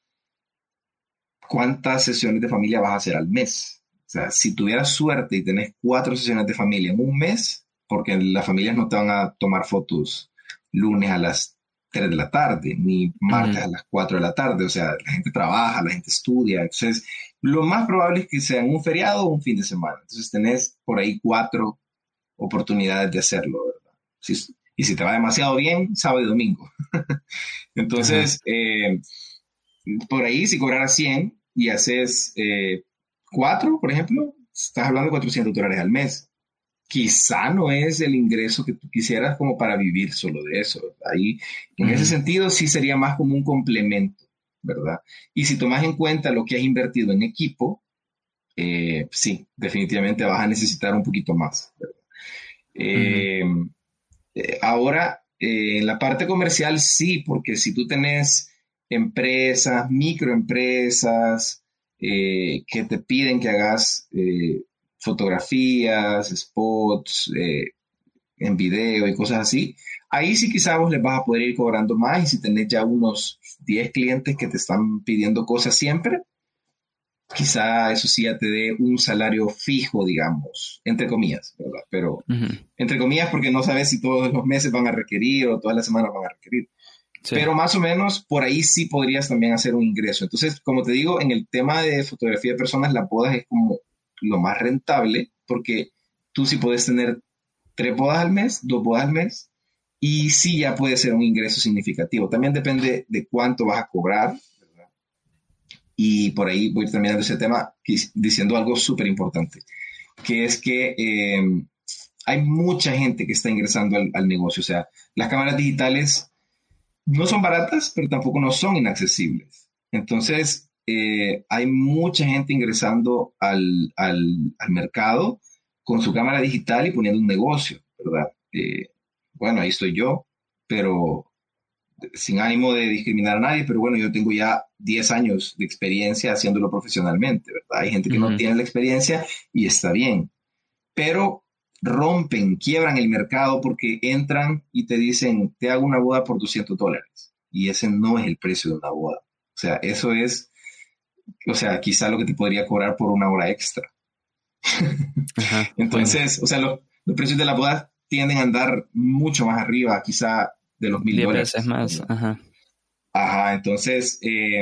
¿Cuántas sesiones de familia vas a hacer al mes? O sea, si tuvieras suerte y tenés cuatro sesiones de familia en un mes, porque las familias no te van a tomar fotos lunes a las tres de la tarde, ni Ujú. martes a las cuatro de la tarde, o sea, la gente trabaja, la gente estudia, entonces lo más probable es que sea un feriado o un fin de semana, entonces tenés por ahí cuatro oportunidades de hacerlo, ¿verdad? Si- y si te va demasiado bien, sábado y domingo. Ajá. Entonces, eh, por ahí, si cobraras cien y haces eh, cuatro, por ejemplo, estás hablando de cuatrocientos dólares al mes. Quizá no es el ingreso que tú quisieras como para vivir solo de eso. Ahí, en ese Ujú. sentido, sí sería más como un complemento, ¿verdad? Y si tomas en cuenta lo que has invertido en equipo, eh, sí, definitivamente vas a necesitar un poquito más, ¿verdad? Ujú. Eh, eh, ahora, eh, en la parte comercial sí, porque si tú tenés empresas, microempresas, eh, que te piden que hagas eh, fotografías, spots, eh, en video y cosas así, ahí sí quizás vos les vas a poder ir cobrando más y si tenés ya unos diez clientes que te están pidiendo cosas siempre, quizá eso sí ya te dé un salario fijo, digamos, entre comillas, ¿verdad? Pero Ujú. entre comillas porque no sabes si todos los meses van a requerir o todas las semanas van a requerir. Sí. Pero más o menos por ahí sí podrías también hacer un ingreso. Entonces, como te digo, en el tema de fotografía de personas, las bodas es como lo más rentable porque tú sí puedes tener tres bodas al mes, dos bodas al mes, y sí ya puede ser un ingreso significativo. También depende de cuánto vas a cobrar, ¿verdad? Y por ahí voy terminando ese tema diciendo algo súper importante, que es que eh, hay mucha gente que está ingresando al, al negocio. O sea, las cámaras digitales no son baratas, pero tampoco no son inaccesibles. Entonces, eh, hay mucha gente ingresando al, al, al mercado con su cámara digital y poniendo un negocio, ¿verdad? Eh, bueno, ahí estoy yo, pero sin ánimo de discriminar a nadie, pero bueno, yo tengo ya diez años de experiencia haciéndolo profesionalmente, ¿verdad? Hay gente que no Ujú. tiene la experiencia y está bien, pero rompen, quiebran el mercado porque entran y te dicen, te hago una boda por doscientos dólares. Y ese no es el precio de una boda. O sea, eso es, o sea, quizá lo que te podría cobrar por una hora extra. Ajá. Bueno, Entonces, o sea, lo- los precios de las bodas tienden a andar mucho más arriba, quizá de los mil diez veces dólares, más. ¿verdad? Ajá. Ajá, entonces, eh,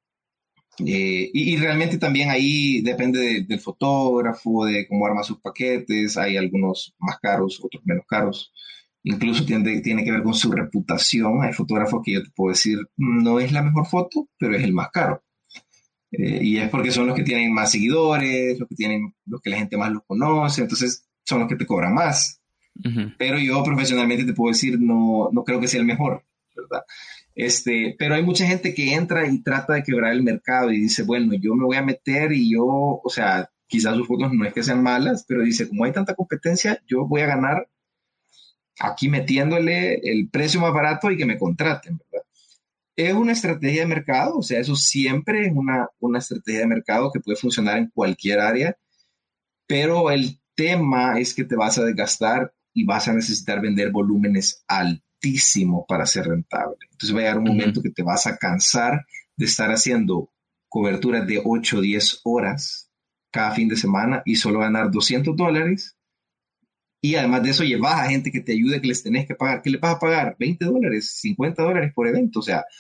Eh, y, y realmente también ahí depende de- del fotógrafo, de cómo arma sus paquetes. Hay algunos más caros, otros menos caros. Incluso tiene, tiene que ver con su reputación. Hay fotógrafos que yo te puedo decir, no es la mejor foto, pero es el más caro. Eh, y es porque son los que tienen más seguidores, los que tienen, los que la gente más los conoce, entonces son los que te cobran más. Ujú. Pero yo profesionalmente te puedo decir, no, no creo que sea el mejor, ¿verdad? Este, pero hay mucha gente que entra y trata de quebrar el mercado y dice, bueno, yo me voy a meter y yo, o sea, quizás sus fotos no es que sean malas, pero dice, como hay tanta competencia, yo voy a ganar aquí metiéndole el precio más barato y que me contraten, ¿verdad? Es una estrategia de mercado, o sea, eso siempre es una, una estrategia de mercado que puede funcionar en cualquier área, pero el tema es que te vas a desgastar y vas a necesitar vender volúmenes altísimos para ser rentable. Entonces va a llegar un Ujú. momento que te vas a cansar de estar haciendo coberturas de ocho o diez horas cada fin de semana y solo ganar doscientos dólares. Y además de eso, llevas a gente que te ayude, que les tenés que pagar. ¿Qué le vas a pagar? veinte dólares, cincuenta dólares por evento. O sea,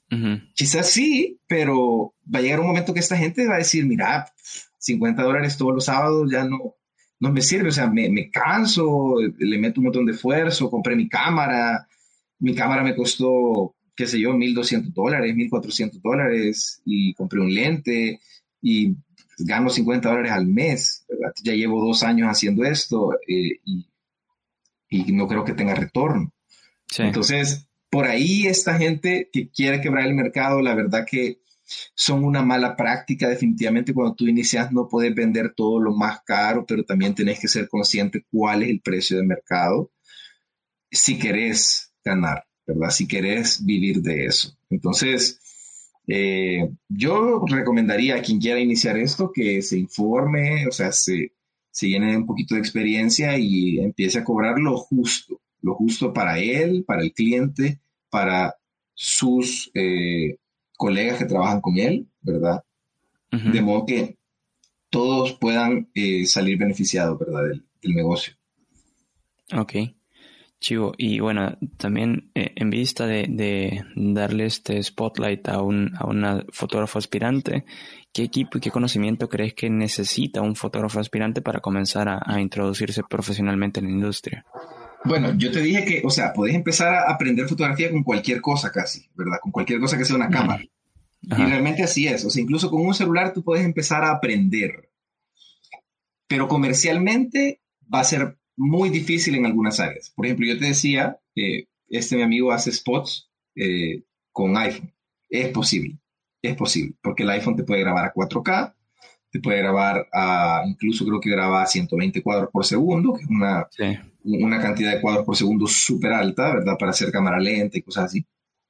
Ujú. Quizás sí, pero va a llegar un momento que esta gente va a decir, mira, cincuenta dólares todos los sábados ya no, no me sirve, o sea, me, me canso, le meto un montón de esfuerzo, compré mi cámara, mi cámara me costó, qué sé yo, mil doscientos dólares, mil cuatrocientos dólares, y compré un lente y gano cincuenta dólares al mes, ¿verdad? Ya llevo dos años haciendo esto, eh, y, y no creo que tenga retorno. Sí, Entonces, por ahí esta gente que quiere quebrar el mercado, la verdad que son una mala práctica. Definitivamente cuando tú inicias no puedes vender todo lo más caro, pero también tenés que ser consciente cuál es el precio de mercado si querés ganar, ¿verdad? Si querés vivir de eso. Entonces, eh, yo recomendaría a quien quiera iniciar esto que se informe, o sea, se, se llene de un poquito de experiencia y empiece a cobrar lo justo, lo justo para él, para el cliente, para sus eh, colegas que trabajan con él, ¿verdad? De ujú. modo que todos puedan eh, salir beneficiados, ¿verdad? Del, del negocio. Ok, chivo. Y bueno, también eh, en vista de, de darle este spotlight a un, a una fotógrafo aspirante, ¿qué equipo y qué conocimiento crees que necesita un fotógrafo aspirante para comenzar a, a introducirse profesionalmente en la industria? Bueno, yo te dije que, o sea, podés empezar a aprender fotografía con cualquier cosa casi, ¿verdad? Con cualquier cosa que sea una Ujú. cámara. Y Ajá. realmente así es. O sea, incluso con un celular tú puedes empezar a aprender, pero comercialmente va a ser muy difícil en algunas áreas. Por ejemplo, yo te decía que este mi amigo hace spots eh, con iPhone. Es posible, es posible, porque el iPhone te puede grabar a cuatro K, te puede grabar a, incluso creo que graba a ciento veinte cuadros por segundo, que es una, Sí. una cantidad de cuadros por segundo súper alta, ¿verdad? Para hacer cámara lenta y cosas así.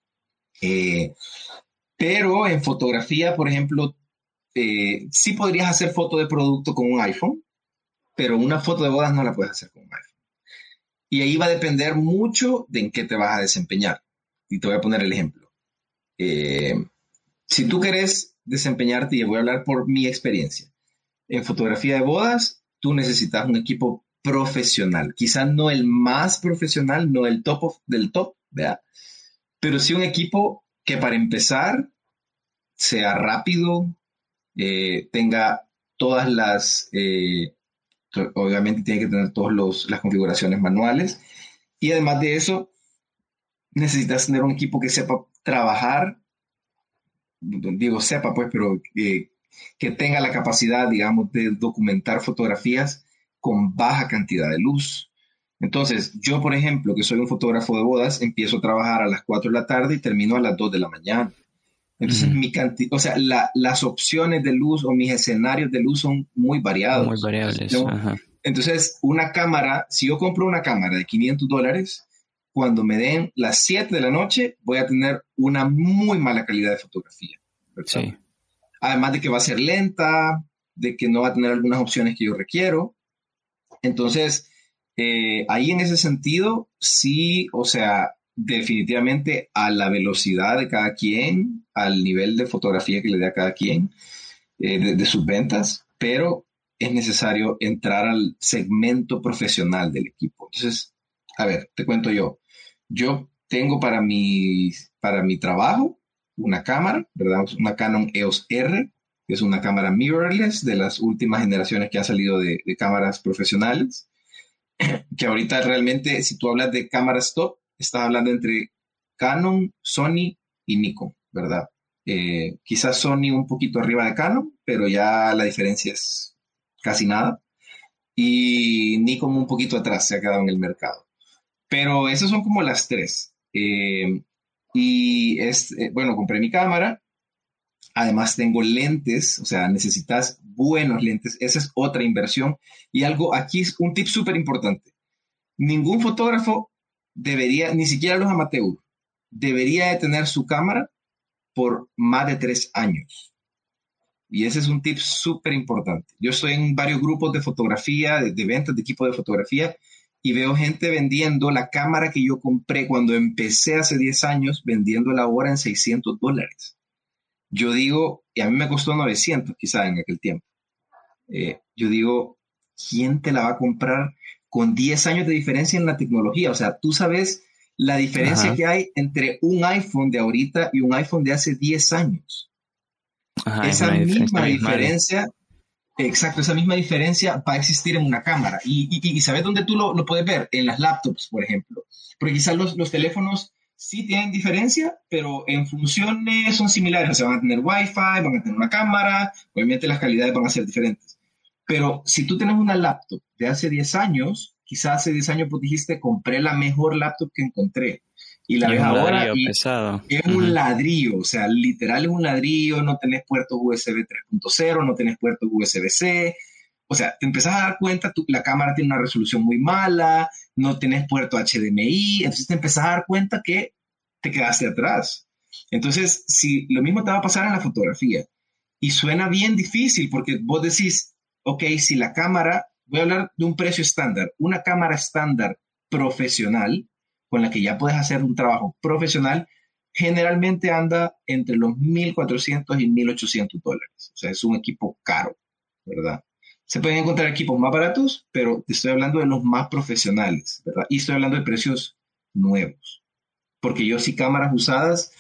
Eh, pero en fotografía, por ejemplo, eh, sí podrías hacer foto de producto con un iPhone, pero una foto de bodas no la puedes hacer con un iPhone. Y ahí va a depender mucho de en qué te vas a desempeñar. Y te voy a poner el ejemplo. Eh, si tú querés desempeñarte, y voy a hablar por mi experiencia, en fotografía de bodas, tú necesitas un equipo profesional. Quizás no el más profesional, no el top of, del top, ¿verdad? Pero sí un equipo que para empezar sea rápido, eh, tenga todas las, eh, obviamente tiene que tener todas las configuraciones manuales. Y además de eso, necesitas tener un equipo que sepa trabajar, digo sepa pues, pero que, que tenga la capacidad, digamos, de documentar fotografías con baja cantidad de luz. Entonces, yo, por ejemplo, que soy un fotógrafo de bodas, empiezo a trabajar a las cuatro de la tarde y termino a las dos de la mañana. Entonces, Ujú. mi cantidad, o sea, la, las opciones de luz o mis escenarios de luz son muy Muy variados. Entonces, variables. tengo, Ajá. entonces, una cámara, si yo compro una cámara de quinientos dólares, cuando me den las siete de la noche, voy a tener una muy mala calidad de fotografía, ¿verdad? Sí. Además de que va a ser lenta, de que no va a tener algunas opciones que yo requiero. Entonces, eh, ahí en ese sentido, sí, o sea, definitivamente a la velocidad de cada quien, al nivel de fotografía que le dé a cada quien, eh, de, de sus ventas, pero es necesario entrar al segmento profesional del equipo. Entonces, a ver, te cuento yo. Yo tengo para mi, para mi trabajo una cámara, ¿verdad? Una Canon E O S R, que es una cámara mirrorless de las últimas generaciones que ha salido de, de cámaras profesionales, que ahorita realmente, si tú hablas de cámaras top, estás hablando entre Canon, Sony y Nikon, ¿verdad? Eh, quizás Sony un poquito arriba de Canon, pero ya la diferencia es casi nada. Y Nikon un poquito atrás, se ha quedado en el mercado. Pero esas son como las tres. Eh, y es, eh, bueno, compré mi cámara. Además tengo lentes, o sea, necesitas buenos lentes. Esa es otra inversión. Y algo, aquí es un tip súper importante. Ningún fotógrafo debería, ni siquiera los amateurs, debería de tener su cámara por más de tres años. Y ese es un tip súper importante. Yo estoy en varios grupos de fotografía, de, de ventas de equipo de fotografía, y veo gente vendiendo la cámara que yo compré cuando empecé hace diez años, vendiéndola ahora en seiscientos dólares. Yo digo, y a mí me costó novecientos quizá en aquel tiempo. Eh, yo digo, ¿quién te la va a comprar con diez años de diferencia en la tecnología? O sea, tú sabes la diferencia Ajá, que hay entre un iPhone de ahorita y un iPhone de hace diez años. ajá, es Esa una diferencia misma abismal. diferencia, exacto, esa misma diferencia va a existir en una cámara. Y, y, y ¿sabes dónde tú lo, lo, puedes ver? En las laptops, por ejemplo. Porque quizás los, los teléfonos sí tienen diferencia, pero en funciones son similares. O sea, van a tener Wi-Fi, van a tener una cámara, obviamente las calidades van a ser diferentes. Pero si tú tienes una laptop de hace diez años, quizás hace diez años vos dijiste, compré la mejor laptop que encontré. Y la Y es ves un ahora ladrillo y pesado. es un Ujú. ladrillo, o sea, literal es un ladrillo, no tenés puertos U S B tres punto cero, no tenés puertos U S B-C, o sea, te empezás a dar cuenta, tu, la cámara tiene una resolución muy mala, no tenés puerto H D M I, entonces te empezás a dar cuenta que te quedaste atrás. Entonces, si lo mismo te va a pasar en la fotografía, y suena bien difícil porque vos decís, ok, si la cámara, voy a hablar de un precio estándar, una cámara estándar profesional, con la que ya puedes hacer un trabajo profesional, generalmente anda entre los mil cuatrocientos y mil ochocientos dólares. O sea, es un equipo caro, ¿verdad? Se pueden encontrar equipos más baratos, pero te estoy hablando de los más profesionales, ¿verdad? Y estoy hablando de precios nuevos. Porque yo sí cámaras usadas,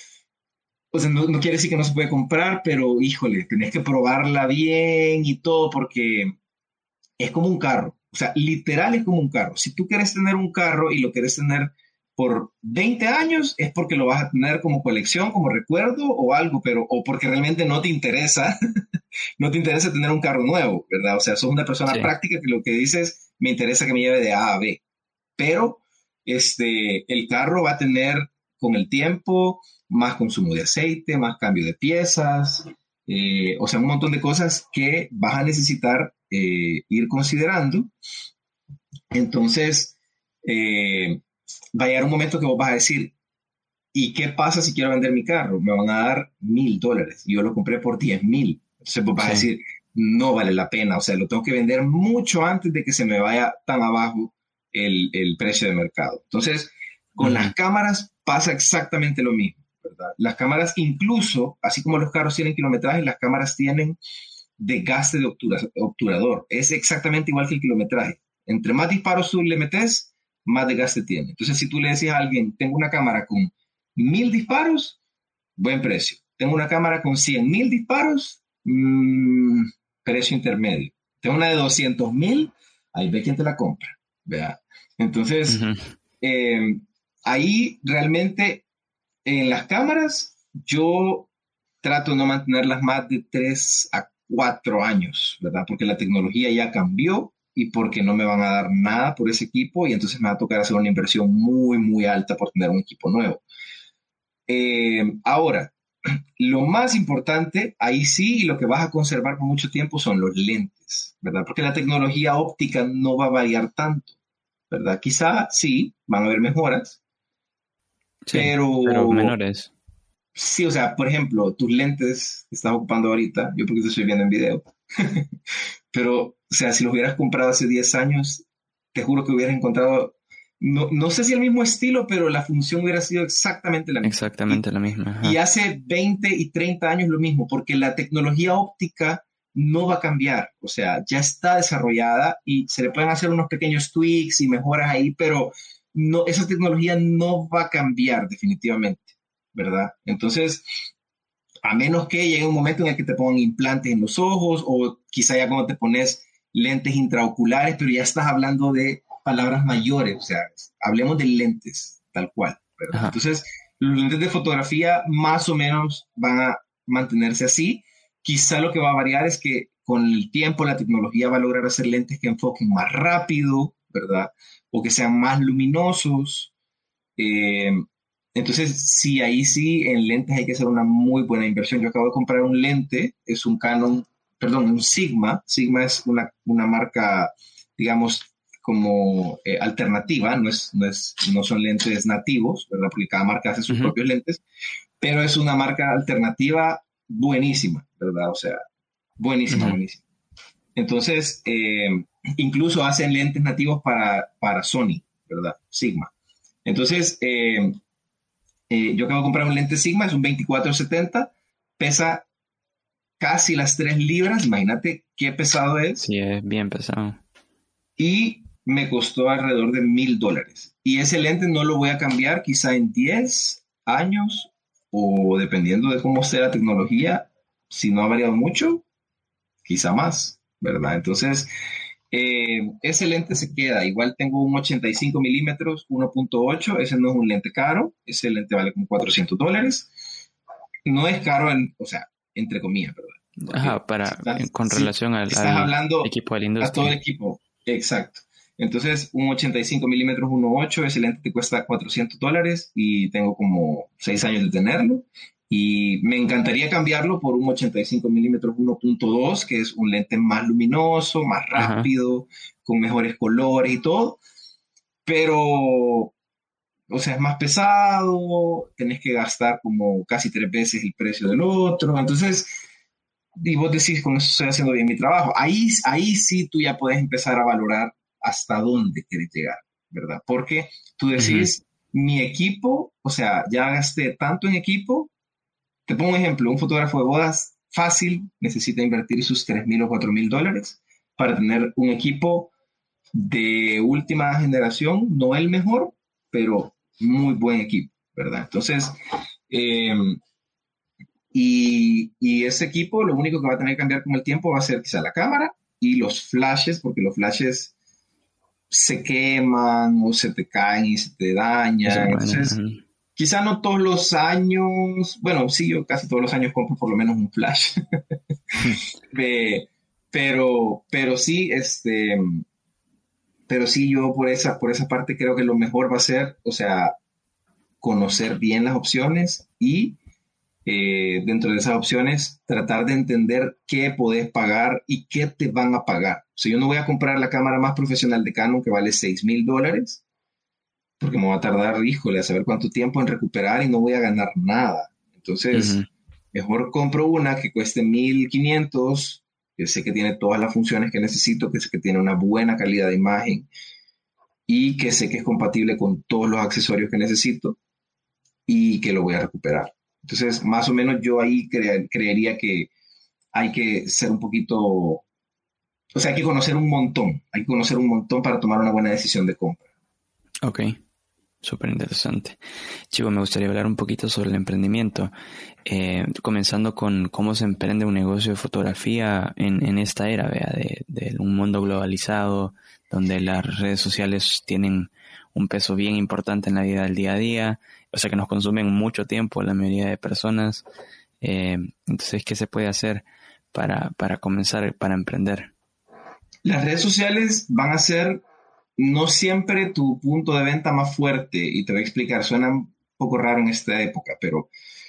o sea, no, no quiere decir que no se puede comprar, pero híjole, tenés que probarla bien y todo porque es como un carro. O sea, literal es como un carro. Si tú quieres tener un carro y lo quieres tener por veinte años, es porque lo vas a tener como colección, como recuerdo o algo, pero o porque realmente no te interesa, no te interesa tener un carro nuevo, ¿verdad? O sea, sos una persona Sí. práctica que lo que dices, me interesa que me lleve de A a B. Pero este, el carro va a tener con el tiempo más consumo de aceite, más cambio de piezas, eh, o sea, un montón de cosas que vas a necesitar eh, ir considerando. Entonces, eh, va a llegar un momento que vos vas a decir, ¿y qué pasa si quiero vender mi carro? Me van a dar mil dólares y yo lo compré por diez mil. Entonces vos vas a Sí. decir, no vale la pena, o sea, lo tengo que vender mucho antes de que se me vaya tan abajo el, el precio de mercado. Entonces, con Ujú. las cámaras pasa exactamente lo mismo, ¿verdad? Las cámaras incluso, así como los carros tienen kilometraje, las cámaras tienen desgaste de obtura, obturador. Es exactamente igual que el kilometraje. Entre más disparos tú le metes, más desgaste tiene. Entonces, si tú le decís a alguien, tengo una cámara con mil disparos, buen precio. Tengo una cámara con cien mil disparos, mmm, precio intermedio. Tengo una de doscientos mil, ahí ve quién te la compra. ¿Vea? Entonces, Ujú. eh, ahí realmente en las cámaras yo trato de no mantenerlas más de tres a cuatro años, ¿verdad? Porque la tecnología ya cambió y porque no me van a dar nada por ese equipo y entonces me va a tocar hacer una inversión muy, muy alta por tener un equipo nuevo. Eh, ahora, lo más importante, ahí sí, y lo que vas a conservar por mucho tiempo son los lentes, ¿verdad? Porque la tecnología óptica no va a variar tanto, ¿verdad? Quizá sí, van a haber mejoras, Sí, pero pero menores. sí, o sea, por ejemplo, tus lentes que estás ocupando ahorita, yo porque te estoy viendo en video, pero, o sea, si los hubieras comprado hace diez años, te juro que hubieras encontrado, no, no sé si el mismo estilo, pero la función hubiera sido exactamente la misma. Y, Exactamente la misma. y Ajá. hace veinte y treinta años lo mismo, porque la tecnología óptica no va a cambiar, o sea, ya está desarrollada y se le pueden hacer unos pequeños tweaks y mejoras ahí, pero no, esa tecnología no va a cambiar definitivamente, ¿verdad? Entonces, a menos que llegue un momento en el que te pongan implantes en los ojos o quizá ya cuando te pones lentes intraoculares, pero ya estás hablando de palabras mayores, o sea, hablemos de lentes, tal cual, ¿verdad? Ajá. Entonces, los lentes de fotografía más o menos van a mantenerse así. Quizá lo que va a variar es que con el tiempo la tecnología va a lograr hacer lentes que enfoquen más rápido, ¿verdad? O que sean más luminosos, eh, entonces, sí, ahí sí, en lentes hay que hacer una muy buena inversión. Yo acabo de comprar un lente, es un Canon, perdón, un Sigma. Sigma es una, una marca, digamos, como eh, alternativa, no, es, no, es, no son lentes nativos, ¿verdad? Porque cada marca hace sus Ujú. propios lentes, pero es una marca alternativa buenísima, ¿verdad? O sea, buenísima, Ujú. buenísima. Entonces, eh, incluso hacen lentes nativos para, para Sony, ¿verdad? Sigma. Entonces, eh, eh, yo acabo de comprar un lente Sigma, es un veinticuatro setenta, pesa casi las tres libras, imagínate qué pesado es, Sí, es bien pesado. y me costó alrededor de mil dólares. Y ese lente no lo voy a cambiar quizá en diez años o dependiendo de cómo esté la tecnología, si no ha variado mucho, quizá más, ¿verdad? Entonces, eh, ese lente se queda. Igual tengo un ochenta y cinco milímetros, uno punto ocho. Ese no es un lente caro. Ese lente vale como cuatrocientos dólares. No es caro, en, o sea, entre comillas, ¿verdad? Porque Ajá, para, estás, con si relación al, estás al hablando equipo de la a todo el industria. equipo, exacto. Entonces, un ochenta y cinco milímetros uno punto ocho, ese lente te cuesta cuatrocientos dólares y tengo como seis años de tenerlo. Y me encantaría cambiarlo por un ochenta y cinco milímetros uno punto dos, que es un lente más luminoso, más Ajá. rápido, con mejores colores y todo. Pero, o sea, es más pesado, tenés que gastar como casi tres veces el precio del otro. Entonces, y vos decís, con eso estoy haciendo bien mi trabajo. Ahí, ahí sí tú ya puedes empezar a valorar hasta dónde quieres llegar, ¿verdad? Porque tú Ujú. decís, mi equipo, o sea, ya gasté tanto en equipo. Te pongo un ejemplo, un fotógrafo de bodas fácil necesita invertir sus tres mil o cuatro mil dólares para tener un equipo de última generación, no el mejor, pero muy buen equipo, ¿verdad? Entonces, eh, y, y ese equipo lo único que va a tener que cambiar con el tiempo va a ser quizá la cámara y los flashes, porque los flashes se queman o se te caen y se te Y se dañan. mueren. Entonces, Ujú. quizá no todos los años, bueno, sí, yo casi todos los años compro por lo menos un flash. Ve, pero, pero sí, este, pero sí, yo por esa, por esa parte creo que lo mejor va a ser, o sea, conocer bien las opciones y eh, dentro de esas opciones tratar de entender qué podés pagar y qué te van a pagar. O sea, yo no voy a comprar la cámara más profesional de Canon que vale seis mil dólares porque me va a tardar, híjole, a saber cuánto tiempo en recuperar y no voy a ganar nada. Ujú. Entonces, mejor compro una que cueste mil quinientos, que sé que tiene todas las funciones que necesito, que sé que tiene una buena calidad de imagen y que sé que es compatible con todos los accesorios que necesito y que lo voy a recuperar. Entonces, más o menos yo ahí cre creería que hay que ser un poquito, o sea, hay que conocer un montón, hay que conocer un montón para tomar una buena decisión de compra. Ok, súper interesante. Chivo, me gustaría hablar un poquito sobre el emprendimiento, eh, comenzando con cómo se emprende un negocio de fotografía en, en esta era, vea, de, de un mundo globalizado, donde las redes sociales tienen un peso bien importante en la vida del día a día, o sea que nos consumen mucho tiempo la mayoría de personas. Eh, entonces, ¿qué se puede hacer para, para comenzar, para emprender? Las redes sociales van a ser no siempre tu punto de venta más fuerte y te voy a explicar, suena un poco raro en esta época, pero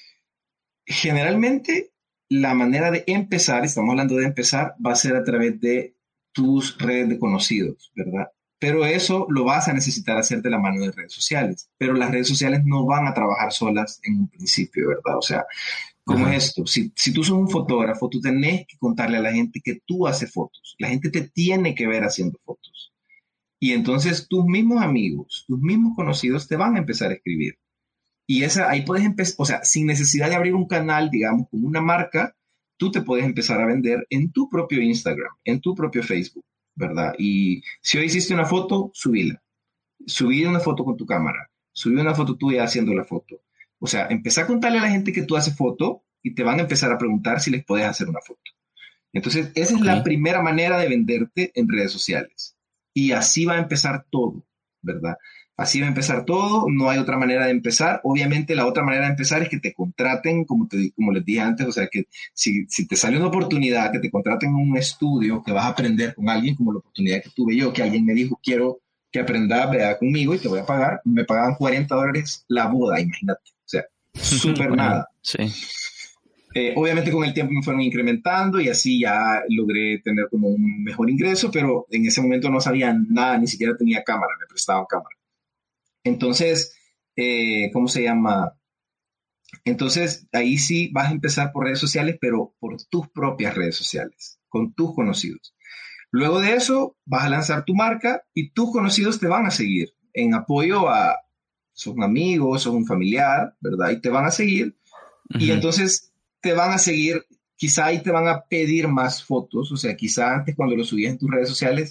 generalmente la manera de empezar, estamos hablando de empezar, va a ser a través de tus redes de conocidos, ¿verdad? Pero eso lo vas a necesitar hacer de la mano de redes sociales, pero las redes sociales no van a trabajar solas en un principio, ¿verdad? O sea, ¿cómo Ajá, es esto? Si, si tú sos un fotógrafo, tú tenés que contarle a la gente que tú haces fotos. La gente te tiene que ver haciendo fotos. Y entonces tus mismos amigos, tus mismos conocidos te van a empezar a escribir. Y esa, ahí puedes empezar, o sea, sin necesidad de abrir un canal, digamos, como una marca, tú te puedes empezar a vender en tu propio Instagram, en tu propio Facebook, ¿verdad? Y si hoy hiciste una foto, subíla. Subí una foto con tu cámara. Subí una foto tuya haciendo la foto. O sea, empezá a contarle a la gente que tú haces foto y te van a empezar a preguntar si les puedes hacer una foto. Entonces, esa es ok, la primera manera de venderte en redes sociales. Y así va a empezar todo, ¿verdad? Así va a empezar todo, no hay otra manera de empezar. Obviamente la otra manera de empezar es que te contraten, como, te, como les dije antes, o sea, que si, si te sale una oportunidad, que te contraten en un estudio, que vas a aprender con alguien, como la oportunidad que tuve yo, que alguien me dijo, quiero que aprendas, vea conmigo y te voy a pagar, me pagaban cuarenta dólares la boda, imagínate. O sea, súper bueno, nada. sí, Eh, obviamente con el tiempo me fueron incrementando y así ya logré tener como un mejor ingreso, pero en ese momento no sabía nada, ni siquiera tenía cámara, me prestaban cámara. Entonces, eh, ¿cómo se llama? Entonces, ahí sí vas a empezar por redes sociales, pero por tus propias redes sociales, con tus conocidos. Luego de eso, vas a lanzar tu marca y tus conocidos te van a seguir en apoyo a, son amigos, son un familiar, ¿verdad? Y te van a seguir y ujú, entonces te van a seguir, quizá ahí te van a pedir más fotos, o sea, quizá antes cuando lo subías en tus redes sociales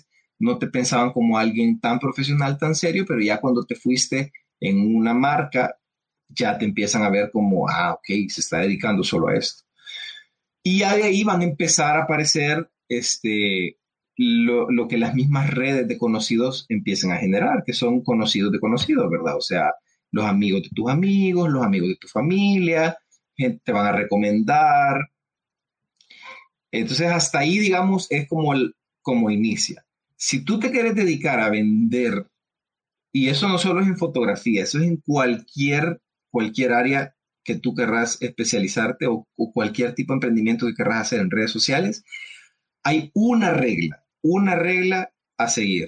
no te pensaban como alguien tan profesional, tan serio, pero ya cuando te fuiste en una marca, ya te empiezan a ver como, ah, ok, se está dedicando solo a esto. Y ya de ahí van a empezar a aparecer este, lo, lo que las mismas redes de conocidos empiezan a generar, que son conocidos de conocidos, ¿verdad? O sea, los amigos de tus amigos, los amigos de tu familia, gente te van a recomendar. Entonces, hasta ahí, digamos, es como, el, como inicia. Si tú te quieres dedicar a vender, y eso no solo es en fotografía, eso es en cualquier, cualquier área que tú querrás especializarte o, o cualquier tipo de emprendimiento que querrás hacer en redes sociales, hay una regla, una regla a seguir.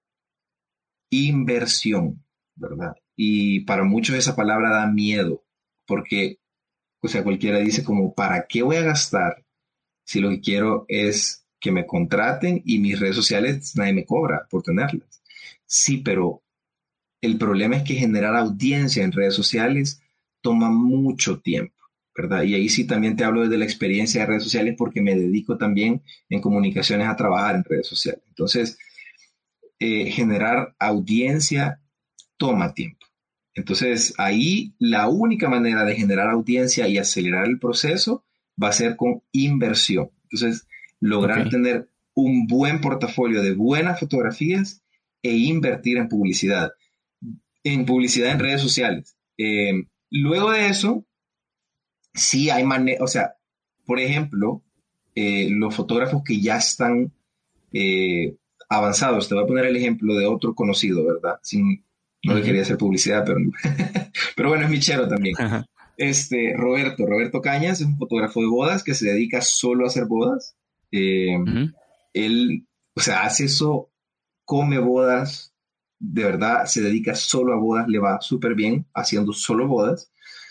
Inversión, ¿verdad? Y para muchos esa palabra da miedo, porque, o sea, cualquiera dice como, ¿para qué voy a gastar si lo que quiero es que me contraten y mis redes sociales nadie me cobra por tenerlas? Sí, pero el problema es que generar audiencia en redes sociales toma mucho tiempo, ¿verdad? Y ahí sí también te hablo desde la experiencia de redes sociales porque me dedico también en comunicaciones a trabajar en redes sociales. Entonces, eh, generar audiencia toma tiempo. Entonces, ahí la única manera de generar audiencia y acelerar el proceso va a ser con inversión. Entonces, lograr Ok. tener un buen portafolio de buenas fotografías e invertir en publicidad, en publicidad en redes sociales. Eh, luego de eso, sí hay manera, o sea, por ejemplo, eh, los fotógrafos que ya están eh, avanzados, te voy a poner el ejemplo de otro conocido, ¿verdad? Sin, no le Ujú. quería hacer publicidad, pero, pero bueno, es mi chero también. Ajá. Este, Roberto, Roberto Cañas es un fotógrafo de bodas que se dedica solo a hacer bodas. Eh, Ujú. él, o sea, hace eso, come bodas, de verdad, se dedica solo a bodas, le va súper bien haciendo solo bodas.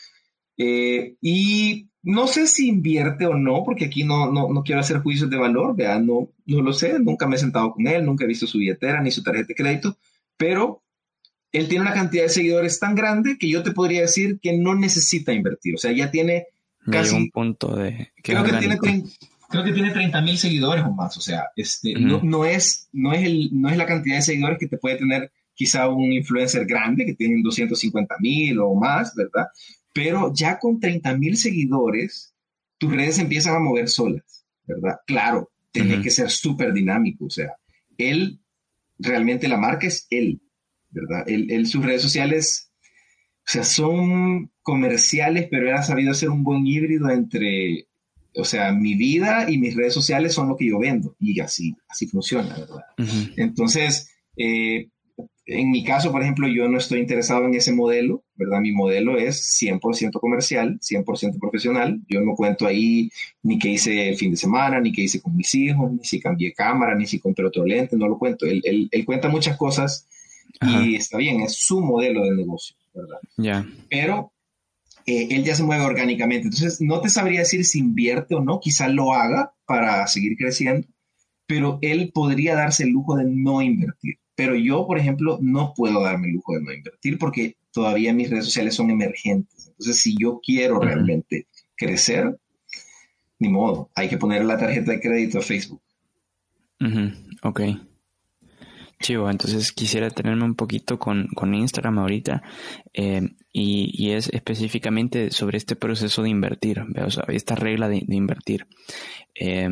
Eh, y no sé si invierte o no, porque aquí no, no, no quiero hacer juicios de valor, ¿verdad? No, no lo sé, nunca me he sentado con él, nunca he visto su billetera ni su tarjeta de crédito, pero él tiene una cantidad de seguidores tan grande que yo te podría decir que no necesita invertir. O sea, ya tiene Ya llegó un casi, punto de que es creo que tiene, orgánico. trein- creo que tiene treinta mil seguidores o más. O sea, este, no, Ujú. no es, no es el, no es la cantidad de seguidores que te puede tener quizá un influencer grande que tiene doscientos cincuenta mil o más, ¿verdad? Pero ya con treinta mil seguidores, tus redes empiezan a mover solas, ¿verdad? Claro, tenés Ujú. que ser súper dinámico. O sea, él, realmente la marca es él, ¿verdad? Él, él, sus redes sociales, o sea, son comerciales, pero él ha sabido hacer un buen híbrido entre, o sea, mi vida y mis redes sociales son lo que yo vendo. Y así, así funciona, ¿verdad? Ujú. Entonces, eh, en mi caso, por ejemplo, yo no estoy interesado en ese modelo, ¿verdad? Mi modelo es cien por ciento comercial, cien por ciento profesional. Yo no cuento ahí ni qué hice el fin de semana, ni qué hice con mis hijos, ni si cambié cámara, ni si compré otro lente, no lo cuento. Él, él, él cuenta muchas cosas Ajá. y está bien, es su modelo de negocio, ¿verdad? Ya. Pero eh, él ya se mueve orgánicamente. Entonces, no te sabría decir si invierte o no, quizá lo haga para seguir creciendo, pero él podría darse el lujo de no invertir. Pero yo, por ejemplo, no puedo darme el lujo de no invertir porque todavía mis redes sociales son emergentes. Entonces, si yo quiero Ujú. realmente crecer, ni modo, hay que poner la tarjeta de crédito a Facebook. Ujú. Ok. Chivo, entonces quisiera tenerme un poquito con, con Instagram ahorita eh, y, y es específicamente sobre este proceso de invertir, ¿ve? O sea, esta regla de, de invertir. Eh,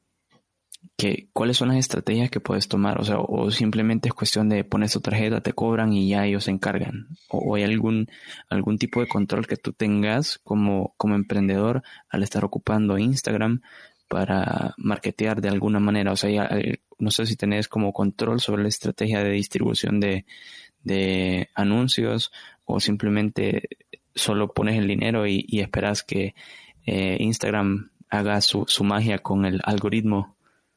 que, ¿cuáles son las estrategias que puedes tomar? O sea, o simplemente es cuestión de poner tu tarjeta, te cobran y ya ellos se encargan. O, o hay algún, algún tipo de control que tú tengas como, como emprendedor al estar ocupando Instagram para marketear de alguna manera. O sea, ya, eh, no sé si tenés como control sobre la estrategia de distribución de, de anuncios o simplemente solo pones el dinero y, y esperas que eh, Instagram haga su, su magia con el algoritmo.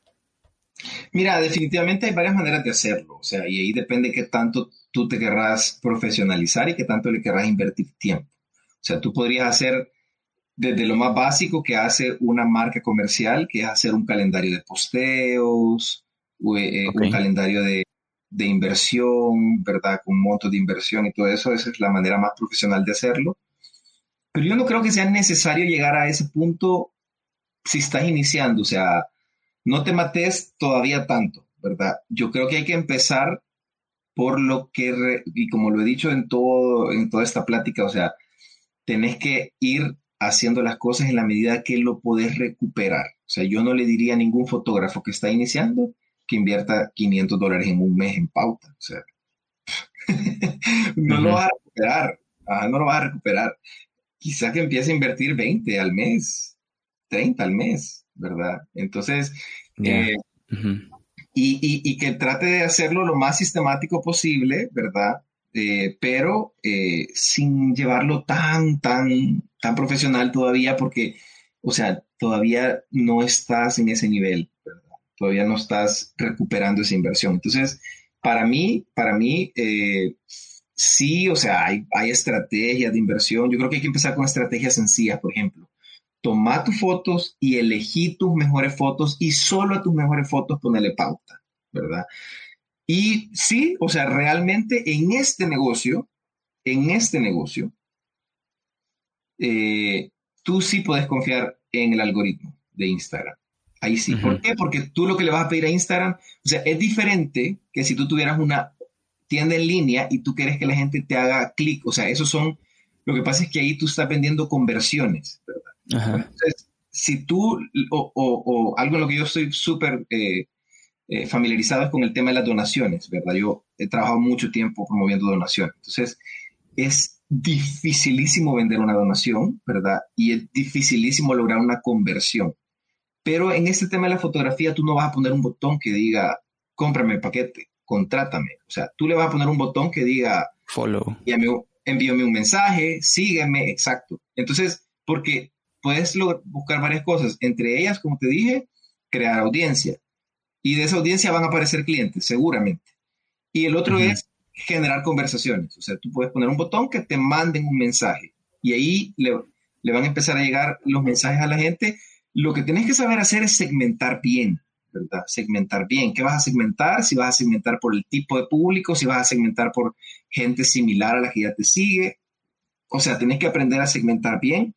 Mira, definitivamente hay varias maneras de hacerlo, o sea, y ahí depende qué tanto tú te querrás profesionalizar y qué tanto le querrás invertir tiempo. O sea, tú podrías hacer desde lo más básico que hace una marca comercial, que es hacer un calendario de posteos, o, eh, Ok. un calendario de, de inversión, ¿verdad? Con montos de inversión y todo eso. Esa es la manera más profesional de hacerlo. Pero yo no creo que sea necesario llegar a ese punto si estás iniciando. O sea, no te mates todavía tanto, ¿verdad? Yo creo que hay que empezar por lo que, re- y como lo he dicho en todo, en toda esta plática, o sea, tenés que ir haciendo las cosas en la medida que lo podés recuperar. O sea, yo no le diría a ningún fotógrafo que está iniciando que invierta quinientos dólares en un mes en pauta. O sea, no lo Ujú. vas a recuperar. Ajá, no lo vas a recuperar. Quizá que empiece a invertir veinte al mes, treinta al mes, ¿verdad? Entonces, Ya. eh, Ujú. y, y- y que trate de hacerlo lo más sistemático posible, ¿verdad? Eh, pero eh, sin llevarlo tan, tan, tan profesional todavía, porque, o sea, todavía no estás en ese nivel, ¿verdad? Todavía no estás recuperando esa inversión. Entonces, para mí, para mí, eh, sí, o sea, hay, hay estrategias de inversión. Yo creo que hay que empezar con estrategias sencillas, por ejemplo. Toma tus fotos y elegí tus mejores fotos y solo a tus mejores fotos ponele pauta, ¿verdad? Y sí, o sea, realmente en este negocio, en este negocio, eh, tú sí puedes confiar en el algoritmo de Instagram. Ahí sí. ¿Por Ujú. qué? Porque tú lo que le vas a pedir a Instagram, o sea, es diferente que si tú tuvieras una tienda en línea y tú quieres que la gente te haga clic. O sea, esos son, lo que pasa es que ahí tú estás vendiendo conversiones, ¿verdad? Ajá. Entonces, si tú, o, o- o algo en lo que yo estoy súper eh, eh, familiarizado es con el tema de las donaciones, ¿verdad? Yo he trabajado mucho tiempo promoviendo donaciones. Entonces, es dificilísimo vender una donación, ¿verdad? Y es dificilísimo lograr una conversión. Pero en este tema de la fotografía, tú no vas a poner un botón que diga, cómprame el paquete, contrátame. O sea, tú le vas a poner un botón que diga, Follow. envíame, un- envíame un mensaje, sígueme, exacto. Entonces, porque puedes lo- buscar varias cosas, entre ellas, como te dije, crear audiencia. Y de esa audiencia van a aparecer clientes, seguramente. Y el otro Ujú. es generar conversaciones. O sea, tú puedes poner un botón que te manden un mensaje y ahí le, le van a empezar a llegar los mensajes a la gente. Lo que tienes que saber hacer es segmentar bien, ¿verdad? Segmentar bien. ¿Qué vas a segmentar? Si vas a segmentar por el tipo de público, si vas a segmentar por gente similar a la que ya te sigue. O sea, tienes que aprender a segmentar bien.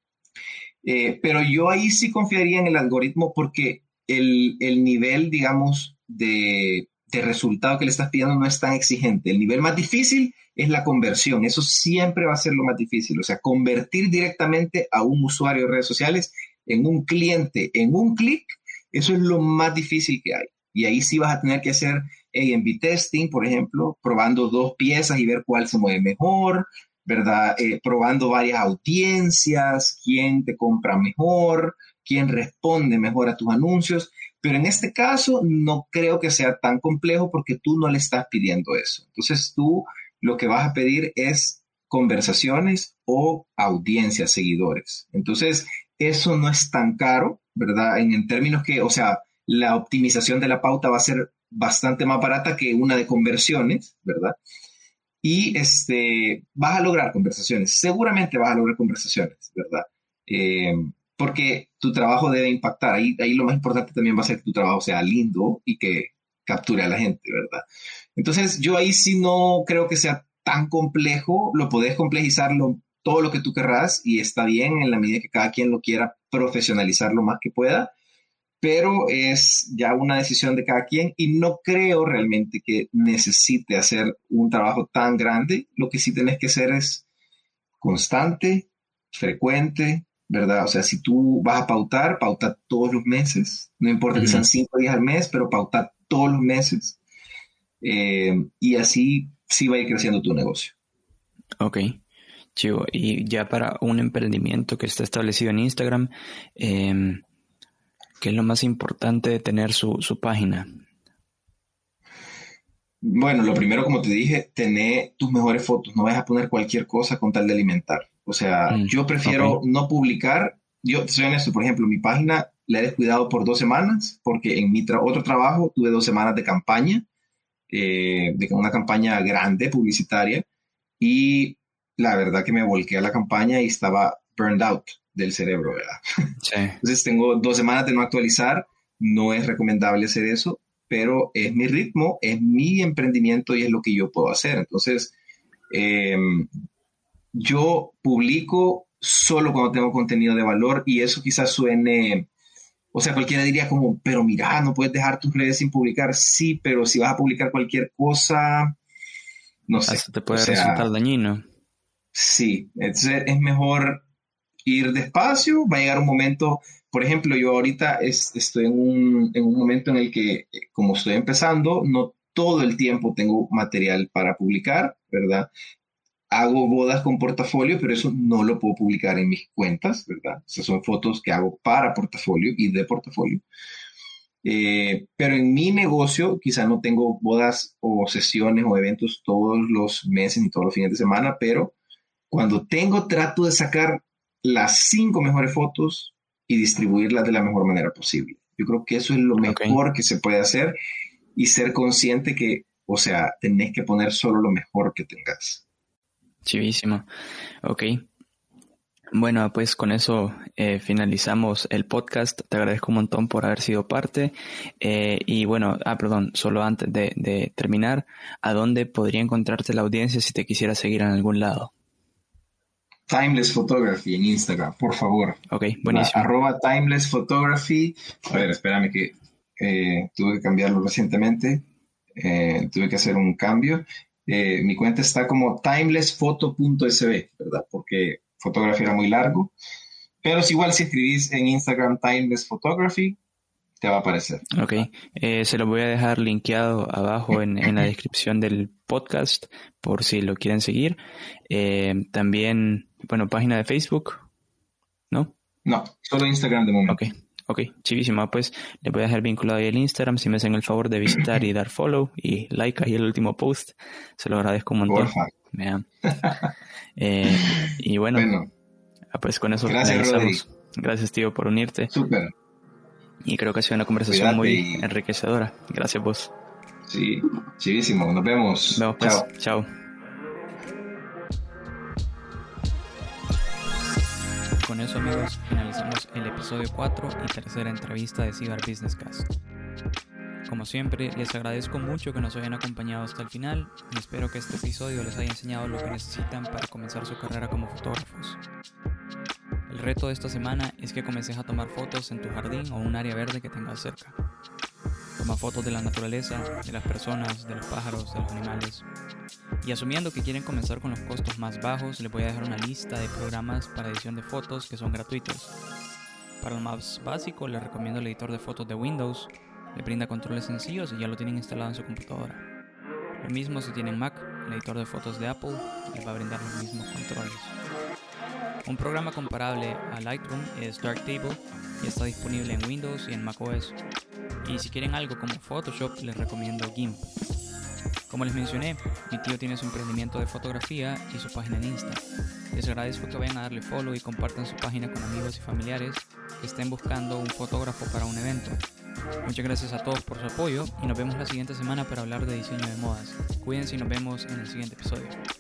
Eh, pero yo ahí sí confiaría en el algoritmo porque el, el nivel, digamos, de, de resultado que le estás pidiendo no es tan exigente. El nivel más difícil es la conversión. Eso siempre va a ser lo más difícil. O sea, convertir directamente a un usuario de redes sociales en un cliente, en un clic, eso es lo más difícil que hay. Y ahí sí vas a tener que hacer A B testing, por ejemplo, probando dos piezas y ver cuál se mueve mejor, ¿verdad? Eh, probando varias audiencias, quién te compra mejor, quién responde mejor a tus anuncios, pero en este caso no creo que sea tan complejo porque tú no le estás pidiendo eso. Entonces tú lo que vas a pedir es conversaciones o audiencias, seguidores. Entonces eso no es tan caro, ¿verdad? En, en términos que, o sea, la optimización de la pauta va a ser bastante más barata que una de conversiones, ¿verdad? Y este, vas a lograr conversaciones, seguramente vas a lograr conversaciones, ¿verdad? Eh, porque tu trabajo debe impactar. Ahí, ahí lo más importante también va a ser que tu trabajo sea lindo y que capture a la gente, ¿verdad? Entonces, yo ahí sí no creo que sea tan complejo, lo podés complejizarlo todo lo que tú querrás y está bien en la medida que cada quien lo quiera profesionalizar lo más que pueda, pero es ya una decisión de cada quien y no creo realmente que necesite hacer un trabajo tan grande. Lo que sí tenés que hacer es constante, frecuente, ¿verdad? O sea, si tú vas a pautar, pauta todos los meses, no importa que sean Ujú. cinco días al mes, pero pauta todos los meses eh, y así sí va a ir creciendo tu negocio. Ok, chivo. Y ya para un emprendimiento que está establecido en Instagram, em, ¿qué es lo más importante de tener su, su página? Bueno, lo primero, como te dije, tener tus mejores fotos. No vayas a poner cualquier cosa con tal de alimentar. O sea, Mm, yo ok. prefiero no publicar. Yo te soy honesto, por ejemplo, mi página la he descuidado por dos semanas porque en mi tra- otro trabajo tuve dos semanas de campaña, eh, de una campaña grande publicitaria y la verdad que me volqué a la campaña y estaba burned out del cerebro, ¿verdad? Sí. Entonces tengo dos semanas de no actualizar, no es recomendable hacer eso, pero es mi ritmo, es mi emprendimiento y es lo que yo puedo hacer. Entonces, eh, yo publico solo cuando tengo contenido de valor y eso quizás suene, O sea, cualquiera diría como, pero mira, no puedes dejar tus redes sin publicar. Sí, pero si vas a publicar cualquier cosa, no sé. Hasta te O puede resultar sea, dañino. sí. Entonces es mejor ir despacio. Va a llegar un momento, por ejemplo, yo ahorita es- estoy en un, en un momento en el que, eh, como estoy empezando, no todo el tiempo tengo material para publicar, ¿verdad? Hago bodas con portafolio, pero eso no lo puedo publicar en mis cuentas, ¿verdad? Esas son fotos que hago para portafolio y de portafolio. Eh, pero en mi negocio quizá no tengo bodas o sesiones o eventos todos los meses ni todos los fines de semana, pero cuando tengo trato de sacar las cinco mejores fotos y distribuirlas de la mejor manera posible. Yo creo que eso es lo Ok, mejor que se puede hacer y ser consciente que, o sea, tenés que poner solo lo mejor que tengas. chivísimo. Ok. Bueno, pues con eso eh, finalizamos el podcast. Te agradezco un montón por haber sido parte. Eh, y bueno, ah, perdón, solo antes de, de terminar, ¿a dónde podría encontrarte la audiencia si te quisiera seguir en algún lado? Timeless Photography en Instagram, por favor. Ok, ¿Verdad? buenísimo. Arroba Timeless Photography. A ver, espérame que eh, tuve que cambiarlo recientemente. Eh, tuve que hacer un cambio. Eh, mi cuenta está como timelessphoto punto s b, ¿verdad? Porque fotografía era muy largo. Pero si igual si escribís en Instagram Timeless Photography, te va a aparecer, Ok, ¿verdad? eh, se lo voy a dejar linkeado abajo en, en la descripción del podcast por si lo quieren seguir. Eh, también, bueno, página de Facebook, ¿no? No, solo Instagram de Ok, momento. ok, chivísimo. Pues le voy a dejar vinculado ahí el Instagram. Si me hacen el favor de visitar y dar follow y like ahí el último post, se lo agradezco un montón. Porfa. Vean. Eh, y bueno, Bueno, pues con eso gracias, Rodri. finalizamos. Gracias, tío, por unirte. Súper. Y creo que ha sido una conversación Cuídate muy y enriquecedora. Gracias, vos. sí, chivísimo. Nos Nos vemos. vemos, pues. Chao. Chao. Con eso, amigos, finalizamos el episodio cuatro y tercera entrevista de Cigar Business Cast. Como siempre, les agradezco mucho que nos hayan acompañado hasta el final y espero que este episodio les haya enseñado lo que necesitan para comenzar su carrera como fotógrafos. El reto de esta semana es que comences a tomar fotos en tu jardín o un área verde que tengas cerca. Toma fotos de la naturaleza, de las personas, de los pájaros, de los animales. Y asumiendo que quieren comenzar con los costos más bajos, les voy a dejar una lista de programas para edición de fotos que son gratuitos. Para lo más básico, les recomiendo el editor de fotos de Windows. Le brinda controles sencillos y ya lo tienen instalado en su computadora. Lo mismo si tienen Mac, el editor de fotos de Apple les va a brindar los mismos controles. Un programa comparable a Lightroom es Darktable y está disponible en Windows y en macOS. Y si quieren algo como Photoshop, les recomiendo GIMP. Como les mencioné, mi tío tiene su emprendimiento de fotografía y su página en Insta. Les agradezco que vayan a darle follow y compartan su página con amigos y familiares que estén buscando un fotógrafo para un evento. Muchas gracias a todos por su apoyo y nos vemos la siguiente semana para hablar de diseño de modas. Cuídense y nos vemos en el siguiente episodio.